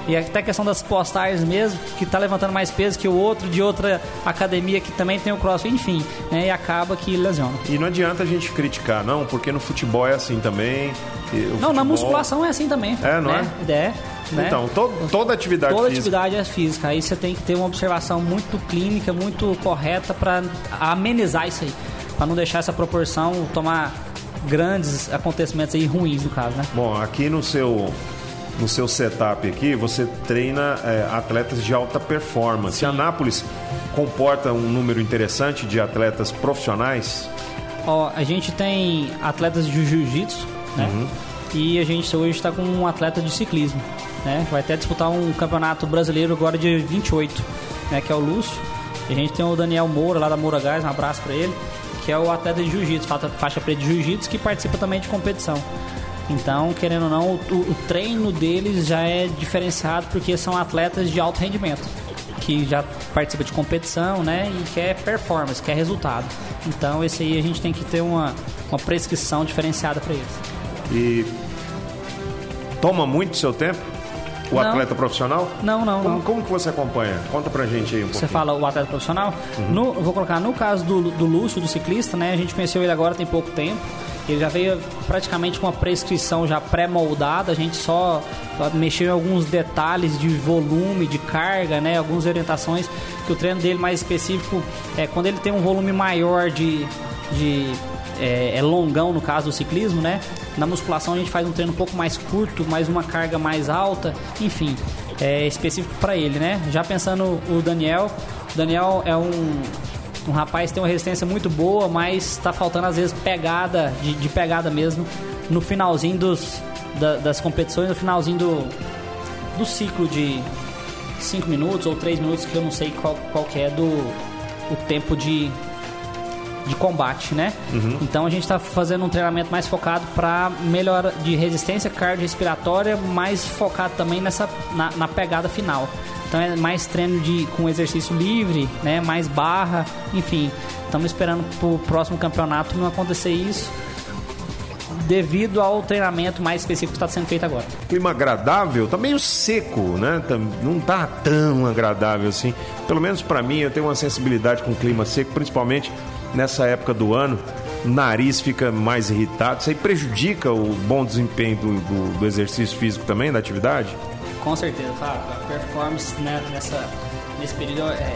E até a questão das postagens mesmo, que tá levantando mais peso que o outro de outra academia que também tem o crossfit, enfim, né? E acaba que lesiona. E não adianta a gente criticar, não, porque no futebol é assim também. Não, futebol... na musculação é assim também. É, não né? é? É. Né? Então, to, toda atividade toda física. Toda atividade é física. Aí você tem que ter uma observação muito clínica, muito correta para amenizar isso aí. Para não deixar essa proporção tomar grandes acontecimentos aí ruins, no caso, né? Bom, aqui no seu... No seu setup aqui, você treina é, atletas de alta performance. Sim. A Anápolis comporta um número interessante de atletas profissionais? Ó, a gente tem atletas de jiu-jitsu, né? Uhum. E a gente hoje está com um atleta de ciclismo, né? Vai até disputar um campeonato brasileiro agora dia vinte e oito, né? Que é o Lúcio. E a gente tem o Daniel Moura, lá da Moura Gás, um abraço para ele, que é o atleta de jiu-jitsu, faixa preta de jiu-jitsu, que participa também de competição. Então, querendo ou não, o, o treino deles já é diferenciado porque são atletas de alto rendimento, que já participa de competição, né? E quer performance, quer resultado. Então, esse aí a gente tem que ter uma, uma prescrição diferenciada para eles. E toma muito seu tempo? O não. atleta profissional? Não, não, como, não. Como que você acompanha? Conta pra gente aí um pouquinho. Você fala o atleta profissional? Uhum. No, vou colocar no caso do, do Lúcio, do ciclista, né? A gente conheceu ele agora tem pouco tempo. Ele já veio praticamente com uma prescrição já pré-moldada, a gente só mexeu em alguns detalhes de volume, de carga, né? Algumas orientações, que o treino dele mais específico é quando ele tem um volume maior de, de é, é longão no caso do ciclismo, né? Na musculação a gente faz um treino um pouco mais curto, mais uma carga mais alta, enfim, é específico para ele, né? Já pensando o Daniel, o Daniel é um... Um rapaz que tem uma resistência muito boa, mas está faltando às vezes pegada, de, de pegada mesmo, no finalzinho dos, da, das competições, no finalzinho do, do ciclo de cinco minutos ou três minutos, que eu não sei qual, qual que é do o tempo de, de combate, né? Uhum. Então a gente está fazendo um treinamento mais focado para melhora de resistência cardiorrespiratória, mais focado também nessa, na, na pegada final. Então é mais treino de, com exercício livre, né? Mais barra, enfim. Estamos esperando para o próximo campeonato não acontecer isso, devido ao treinamento mais específico que está sendo feito agora. Clima agradável, tá meio seco, né? Não tá tão agradável assim. Pelo menos para mim, eu tenho uma sensibilidade com o clima seco, principalmente nessa época do ano. O nariz fica mais irritado. Isso aí prejudica o bom desempenho do, do, do exercício físico também, da atividade? Com certeza, Fábio. A performance, né, nessa, nesse período é,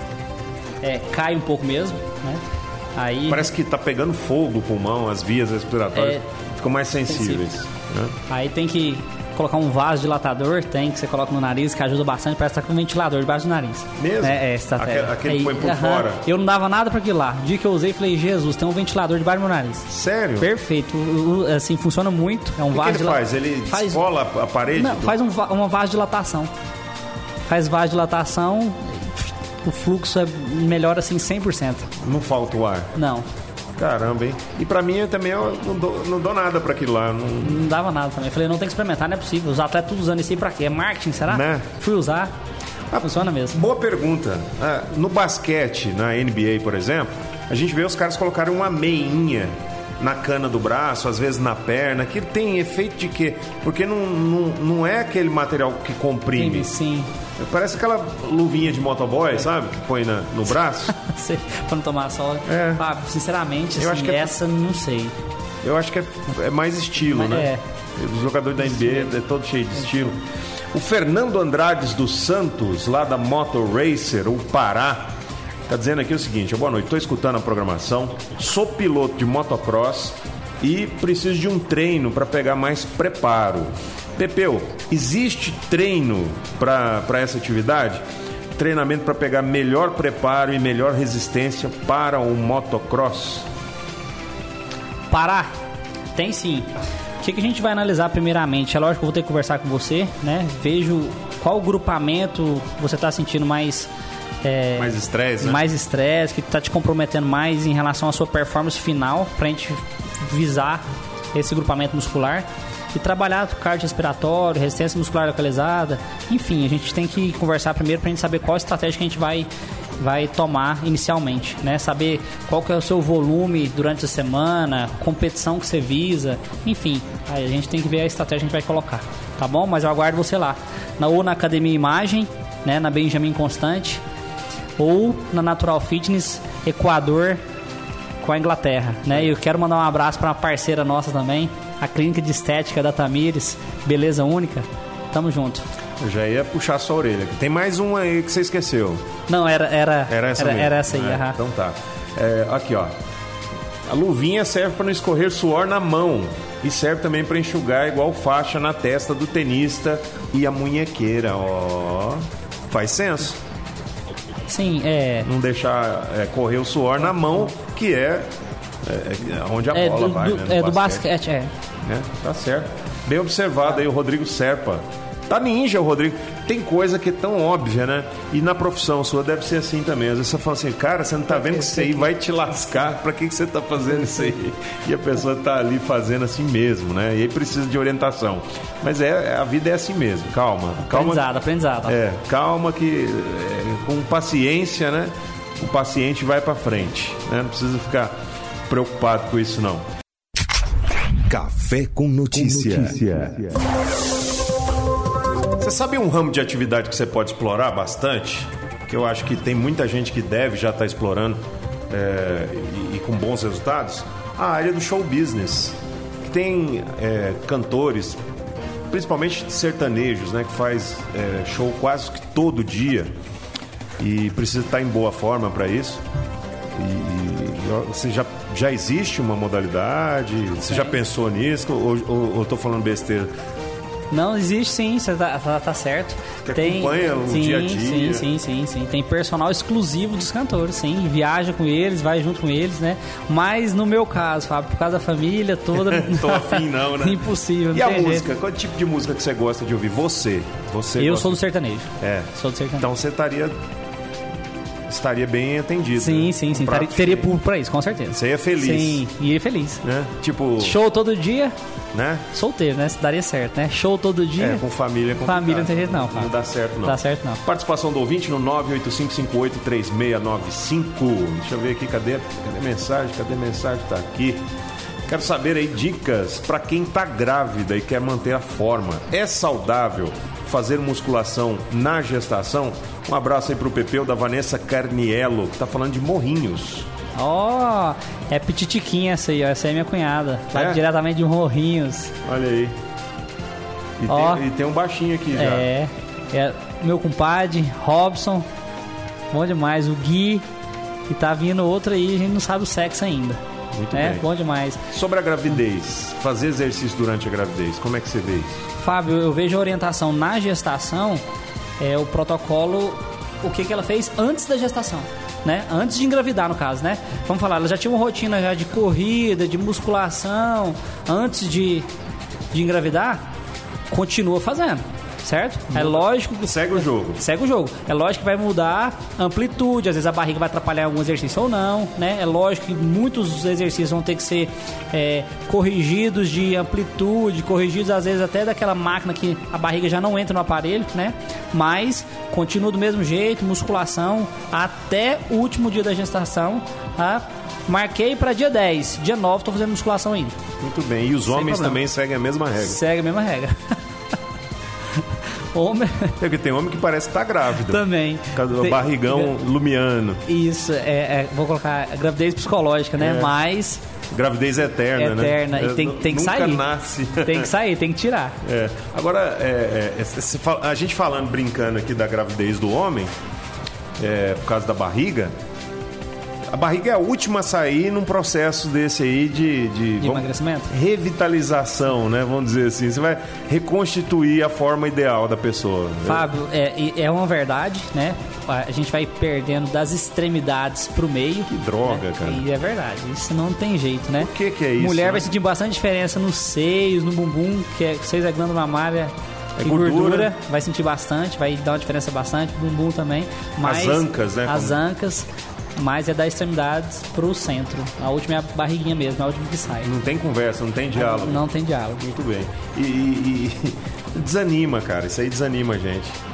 é, cai um pouco mesmo, né? Aí, parece que tá pegando fogo o pulmão, as vias respiratórias é, ficam mais sensíveis. Né? Aí tem que colocar um vasodilatador, tem, que você coloca no nariz, que ajuda bastante, parece que tá com um ventilador debaixo do nariz. Mesmo? É, é, tá, aquele aquele que põe por uh-huh. fora. Eu não dava nada pra aquilo lá. O dia que eu usei, falei, Jesus, tem um ventilador debaixo do meu nariz. Sério? Perfeito. Assim, funciona muito. É um o que, vaso que ele faz? Ele faz... descola a parede? Não, do... faz um, uma vasodilatação. Faz vasodilatação, o fluxo é melhor assim cem por cento. Não falta o ar? Não. Caramba, hein? E pra mim, eu também eu não, dou, não dou nada pra aquilo lá. Não... não dava nada também. Eu falei, não tem que experimentar, não é possível. Os atletas tudo usando isso aí pra quê? É marketing, será? Né? Fui usar. Ah, funciona mesmo. Boa pergunta. Ah, no basquete, na N B A, por exemplo, a gente vê os caras colocarem uma meinha na cana do braço, às vezes na perna, que tem efeito de quê? Porque não, não, não é aquele material que comprime. Sim, sim. Parece aquela luvinha de motoboy, é. sabe? Que põe na, no braço. Pra não tomar sol. É. Fábio, sinceramente, eu assim, acho que essa é... não sei. Eu acho que é, é mais estilo, Mas né? É. Os jogadores da N B A é todo cheio de estilo. O Fernando Andrades dos Santos, lá da Motor Racer, o Pará, tá dizendo aqui o seguinte: boa noite, tô escutando a programação, sou piloto de motocross e preciso de um treino para pegar mais preparo. Pepeu, existe treino para essa atividade? Treinamento para pegar melhor preparo e melhor resistência para o motocross? Pará, tem sim. O que, que a gente vai analisar primeiramente? É lógico que eu vou ter que conversar com você, né? Vejo qual grupamento você está sentindo mais... É, mais estresse, né? Mais estresse, que está te comprometendo mais em relação à sua performance final, para a gente visar esse grupamento muscular e trabalhar cardio respiratório, resistência muscular localizada. Enfim, a gente tem que conversar primeiro para a gente saber qual estratégia que a gente vai vai tomar inicialmente, né? Saber qual que é o seu volume durante a semana, competição que você visa, enfim, aí a gente tem que ver a estratégia que a gente vai colocar, tá bom? Mas eu aguardo você lá, na, ou na Academia Imagem, né? Na Benjamin Constante, ou na Natural Fitness Equador com a Inglaterra, né? E eu quero mandar um abraço para uma parceira nossa também, a Clínica de Estética da Tamires, Beleza Única. Tamo junto. Eu já ia puxar sua orelha. Tem mais uma aí que você esqueceu. Não, era, era, era, essa, era, era essa aí. É, aham. Então tá. É, aqui, ó. A luvinha serve para não escorrer suor na mão e serve também para enxugar igual faixa na testa do tenista e a munhequeira. Ó, faz senso? Sim, é... Não deixar é, correr o suor na mão, que é, é onde a é bola do, vai, do, né? É basquete. do basquete, é. É, tá certo. Bem observado aí o Rodrigo Serpa. Tá ninja o Rodrigo. Tem coisa que é tão óbvia, né? E na profissão sua deve ser assim também. Às vezes você fala assim, cara, você não tá vendo que isso aí vai te lascar? Pra que, que você tá fazendo isso aí? E a pessoa tá ali fazendo assim mesmo, né? E aí precisa de orientação. Mas é, a vida é assim mesmo. Calma. calma Aprendizado, aprendizado. É, calma que é, com paciência, né? O paciente vai pra frente, né? Não precisa ficar preocupado com isso, não. Café com notícia. Com notícia. Você sabe um ramo de atividade que você pode explorar bastante? Que eu acho que tem muita gente que deve já estar explorando é, e, e com bons resultados? A área do show business. Que tem é, cantores, principalmente sertanejos, né? Que faz é, show quase que todo dia e precisa estar em boa forma para isso. E você já, já existe uma modalidade? Você é. já pensou nisso? Ou, ou, ou eu tô falando besteira? Não, existe sim, você tá, tá, tá certo. Que tem, acompanha o sim, dia a dia. Sim, sim, sim, sim. Tem personal exclusivo dos cantores, sim. Viaja com eles, vai junto com eles, né? Mas no meu caso, Fábio, por causa da família toda... Tô afim não, né? Impossível, não E a tem música? jeito. Qual tipo de música que você gosta de ouvir? Você? você Eu gosta... sou do sertanejo. É. Sou do sertanejo. Então você estaria... Estaria bem atendido. Sim, né? sim, sim. Um Teria, teria público pra isso, com certeza. Você ia feliz. Sim, ia feliz. Né? Tipo... Show todo dia... Né? Solteiro, né? Daria certo, né? Show todo dia. É, com família é complicado. Família não tem jeito não, Fábio. Não dá certo não. Dá certo não. Participação do ouvinte no nove oito cinco cinco oito três seis nove cinco. Deixa eu ver aqui, cadê? Cadê a mensagem? Cadê a mensagem? Tá aqui. Quero saber aí dicas para quem tá grávida e quer manter a forma. É saudável fazer musculação na gestação? Um abraço aí pro Pepeu da Vanessa Carniello, que tá falando de Morrinhos. Ó, oh, é Pititiquinha essa aí, ó. Essa aí é minha cunhada. Lá É? diretamente de Morrinhos. Olha aí. E, Ó. tem, e tem um baixinho aqui já. É, é meu compadre, Robson. Bom demais. O Gui. E tá vindo outro aí, a gente não sabe o sexo ainda. Muito é, bem. Bom demais. Sobre a gravidez, fazer exercício durante a gravidez, como é que você vê isso? Fábio, eu vejo a orientação na gestação, é o protocolo, o que, que ela fez antes da gestação, né? Antes de engravidar, no caso, né? Vamos falar, ela já tinha uma rotina já de corrida, de musculação, antes de, de engravidar, continua fazendo, certo? É lógico que... Segue o jogo. Segue o jogo. É lógico que vai mudar a amplitude, às vezes a barriga vai atrapalhar algum exercício ou não, né? É lógico que muitos exercícios vão ter que ser é, corrigidos de amplitude, corrigidos às vezes até daquela máquina que a barriga já não entra no aparelho, né? Mas continua do mesmo jeito, musculação até o último dia da gestação, tá? Marquei para dia dez, dia nove tô fazendo musculação ainda. Muito bem. E os Sem homens problema. também seguem a mesma regra. Segue a mesma regra. Homem... Porque tem homem que parece que tá grávido. Também. Por causa do Tem- barrigão lumiano. Isso, é, é, vou colocar gravidez psicológica, né? É. Mas Gravidez eterna, né? eterna. E tem, tem que Nunca sair. nasce. Tem que sair, tem que tirar. É. Agora, é, é, se fala- a gente falando, brincando aqui da gravidez do homem, é, por causa da barriga, a barriga é a última a sair num processo desse aí de... De, De emagrecimento? Revitalização, né? Vamos dizer assim. Você vai reconstituir a forma ideal da pessoa. Fábio, é, e- é uma verdade, né? A gente vai perdendo das extremidades pro meio. Que droga, né? cara. E é verdade, isso não tem jeito, né? Por que que é isso, Mulher né? vai sentir bastante diferença nos seios, no bumbum, que é, vocês é glândula mamária É e gordura. gordura. Vai sentir bastante, vai dar uma diferença bastante, bumbum também. Mas ancas, né? As Como- ancas, mas é das extremidades pro centro. A última é a barriguinha mesmo, a última que sai. Não tem conversa, não tem diálogo. Não tem diálogo. Muito bem. E, e- e desanima, cara. Isso aí desanima a gente.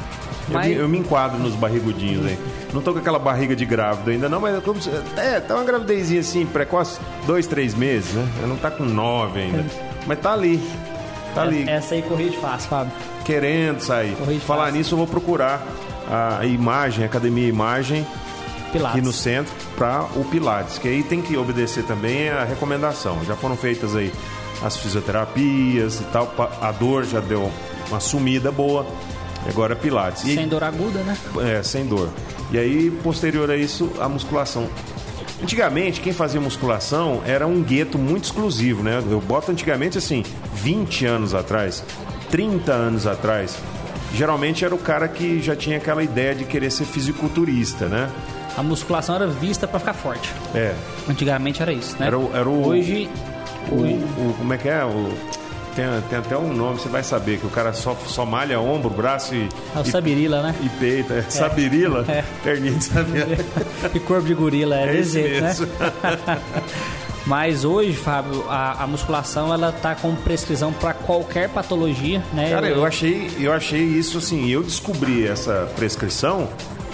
Mas... Eu, me, eu me enquadro nos barrigudinhos aí. Não tô com aquela barriga de grávida ainda não, mas é, como se, é tá uma gravidezinha assim, precoce, dois, três meses, né? Eu não tá com nove ainda. É. Mas tá ali. Tá essa, ali. Essa aí corri de fácil, Fábio. Querendo sair. Corri de Falar fácil. nisso, eu vou procurar a imagem, a academia Imagem. Pilates. Aqui no centro para o Pilates, que aí tem que obedecer também a recomendação. Já foram feitas aí as fisioterapias e tal, a dor já deu uma sumida boa, agora é Pilates. E, sem dor aguda, né? É, sem dor. E aí, posterior a isso, a musculação. Antigamente, quem fazia musculação era um gueto muito exclusivo, né? Eu boto antigamente assim, vinte anos atrás, trinta anos atrás. Geralmente era o cara que já tinha aquela ideia de querer ser fisiculturista, né? A musculação era vista para ficar forte. É. Antigamente era isso, né? Era o, era o, hoje, o, hoje... O, como é que é? O, tem, tem até um nome, você vai saber, que o cara só, só malha ombro, braço e... É o e, sabirila, né? E peito. É. Sabirila? É. Perninha de sabirila. E corpo de gorila, é, é desse jeito, mesmo. Né? Mas hoje, Fábio, a, a musculação, ela tá com prescrição para qualquer patologia, né? Cara, eu achei, eu achei isso assim, eu descobri essa prescrição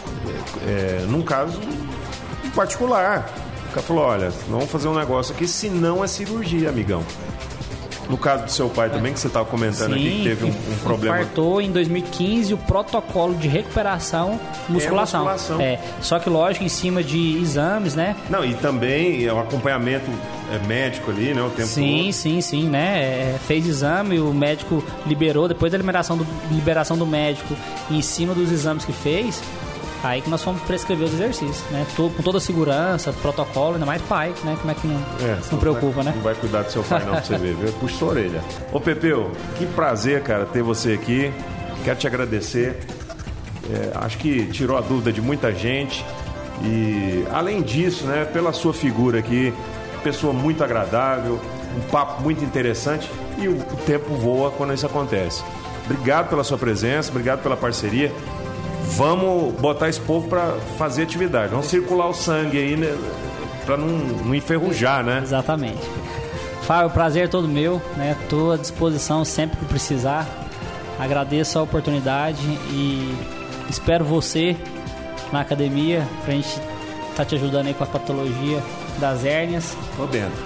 é, num caso particular. O cara falou, olha, vamos fazer um negócio aqui, se não é cirurgia, amigão. No caso do seu pai também, que você estava comentando. Sim, aqui, que teve um, um problema. Infartou em dois mil e quinze o protocolo de recuperação musculação. É musculação. É, só que lógico, em cima de exames, né? Não, e também o acompanhamento médico ali, né? O tempo sim, todo. sim, sim, né? É, fez exame, o médico liberou, depois da liberação do, liberação do médico, em cima dos exames que fez, aí que nós fomos prescrever os exercícios, né? Todo, com toda a segurança, protocolo, ainda mais pai, né? Como é que não, é, não preocupa, vai, né? Não vai cuidar do seu pai não, pra você ver, viu? Puxa sua orelha. Ô, Pepeu, que prazer, cara, ter você aqui. Quero te agradecer. É, acho que tirou a dúvida de muita gente. E, além disso, né, pela sua figura aqui, pessoa muito agradável, um papo muito interessante e o, o tempo voa quando isso acontece. Obrigado pela sua presença, obrigado pela parceria. Vamos botar esse povo para fazer atividade. Vamos circular o sangue aí, né? Para não, não enferrujar, né? Exatamente. Fábio, o prazer é todo meu, né? Estou à disposição sempre que precisar. Agradeço a oportunidade e espero você na academia pra gente estar tá te ajudando aí com a patologia das hérnias. Tô dentro.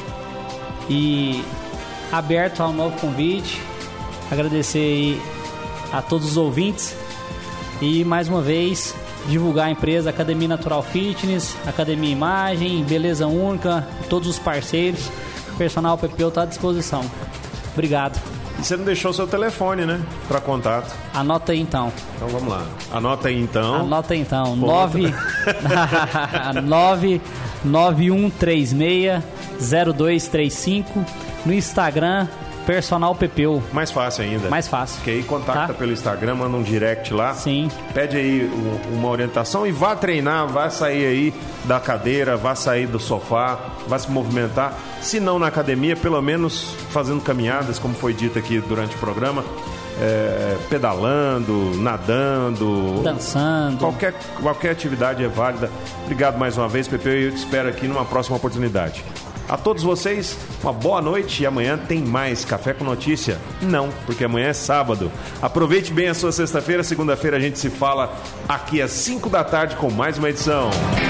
E aberto ao novo convite. Agradecer aí a todos os ouvintes. E mais uma vez divulgar a empresa Academia Natural Fitness, Academia Imagem, Beleza Única, todos os parceiros. O personal Pepeu está à disposição. Obrigado. E você não deixou seu telefone, né? Para contato. Anota aí então. Então vamos lá. Anota aí então. Anota aí então. nove nove um três seis zero dois três cinco. No Instagram, Personal Pepeu. Mais fácil ainda. Mais fácil. Que aí contacta, tá? Pelo Instagram, manda um direct lá. Sim. Pede aí uma orientação e vá treinar, vá sair aí da cadeira, vá sair do sofá, vá se movimentar. Se não na academia, pelo menos fazendo caminhadas, como foi dito aqui durante o programa. É, pedalando, nadando, dançando. Qualquer, qualquer atividade é válida. Obrigado mais uma vez, Pepeu, e eu te espero aqui numa próxima oportunidade. A todos vocês, uma boa noite e amanhã tem mais Café com Notícia? Não, porque amanhã é sábado. Aproveite bem a sua sexta-feira, segunda-feira a gente se fala aqui às cinco da tarde com mais uma edição.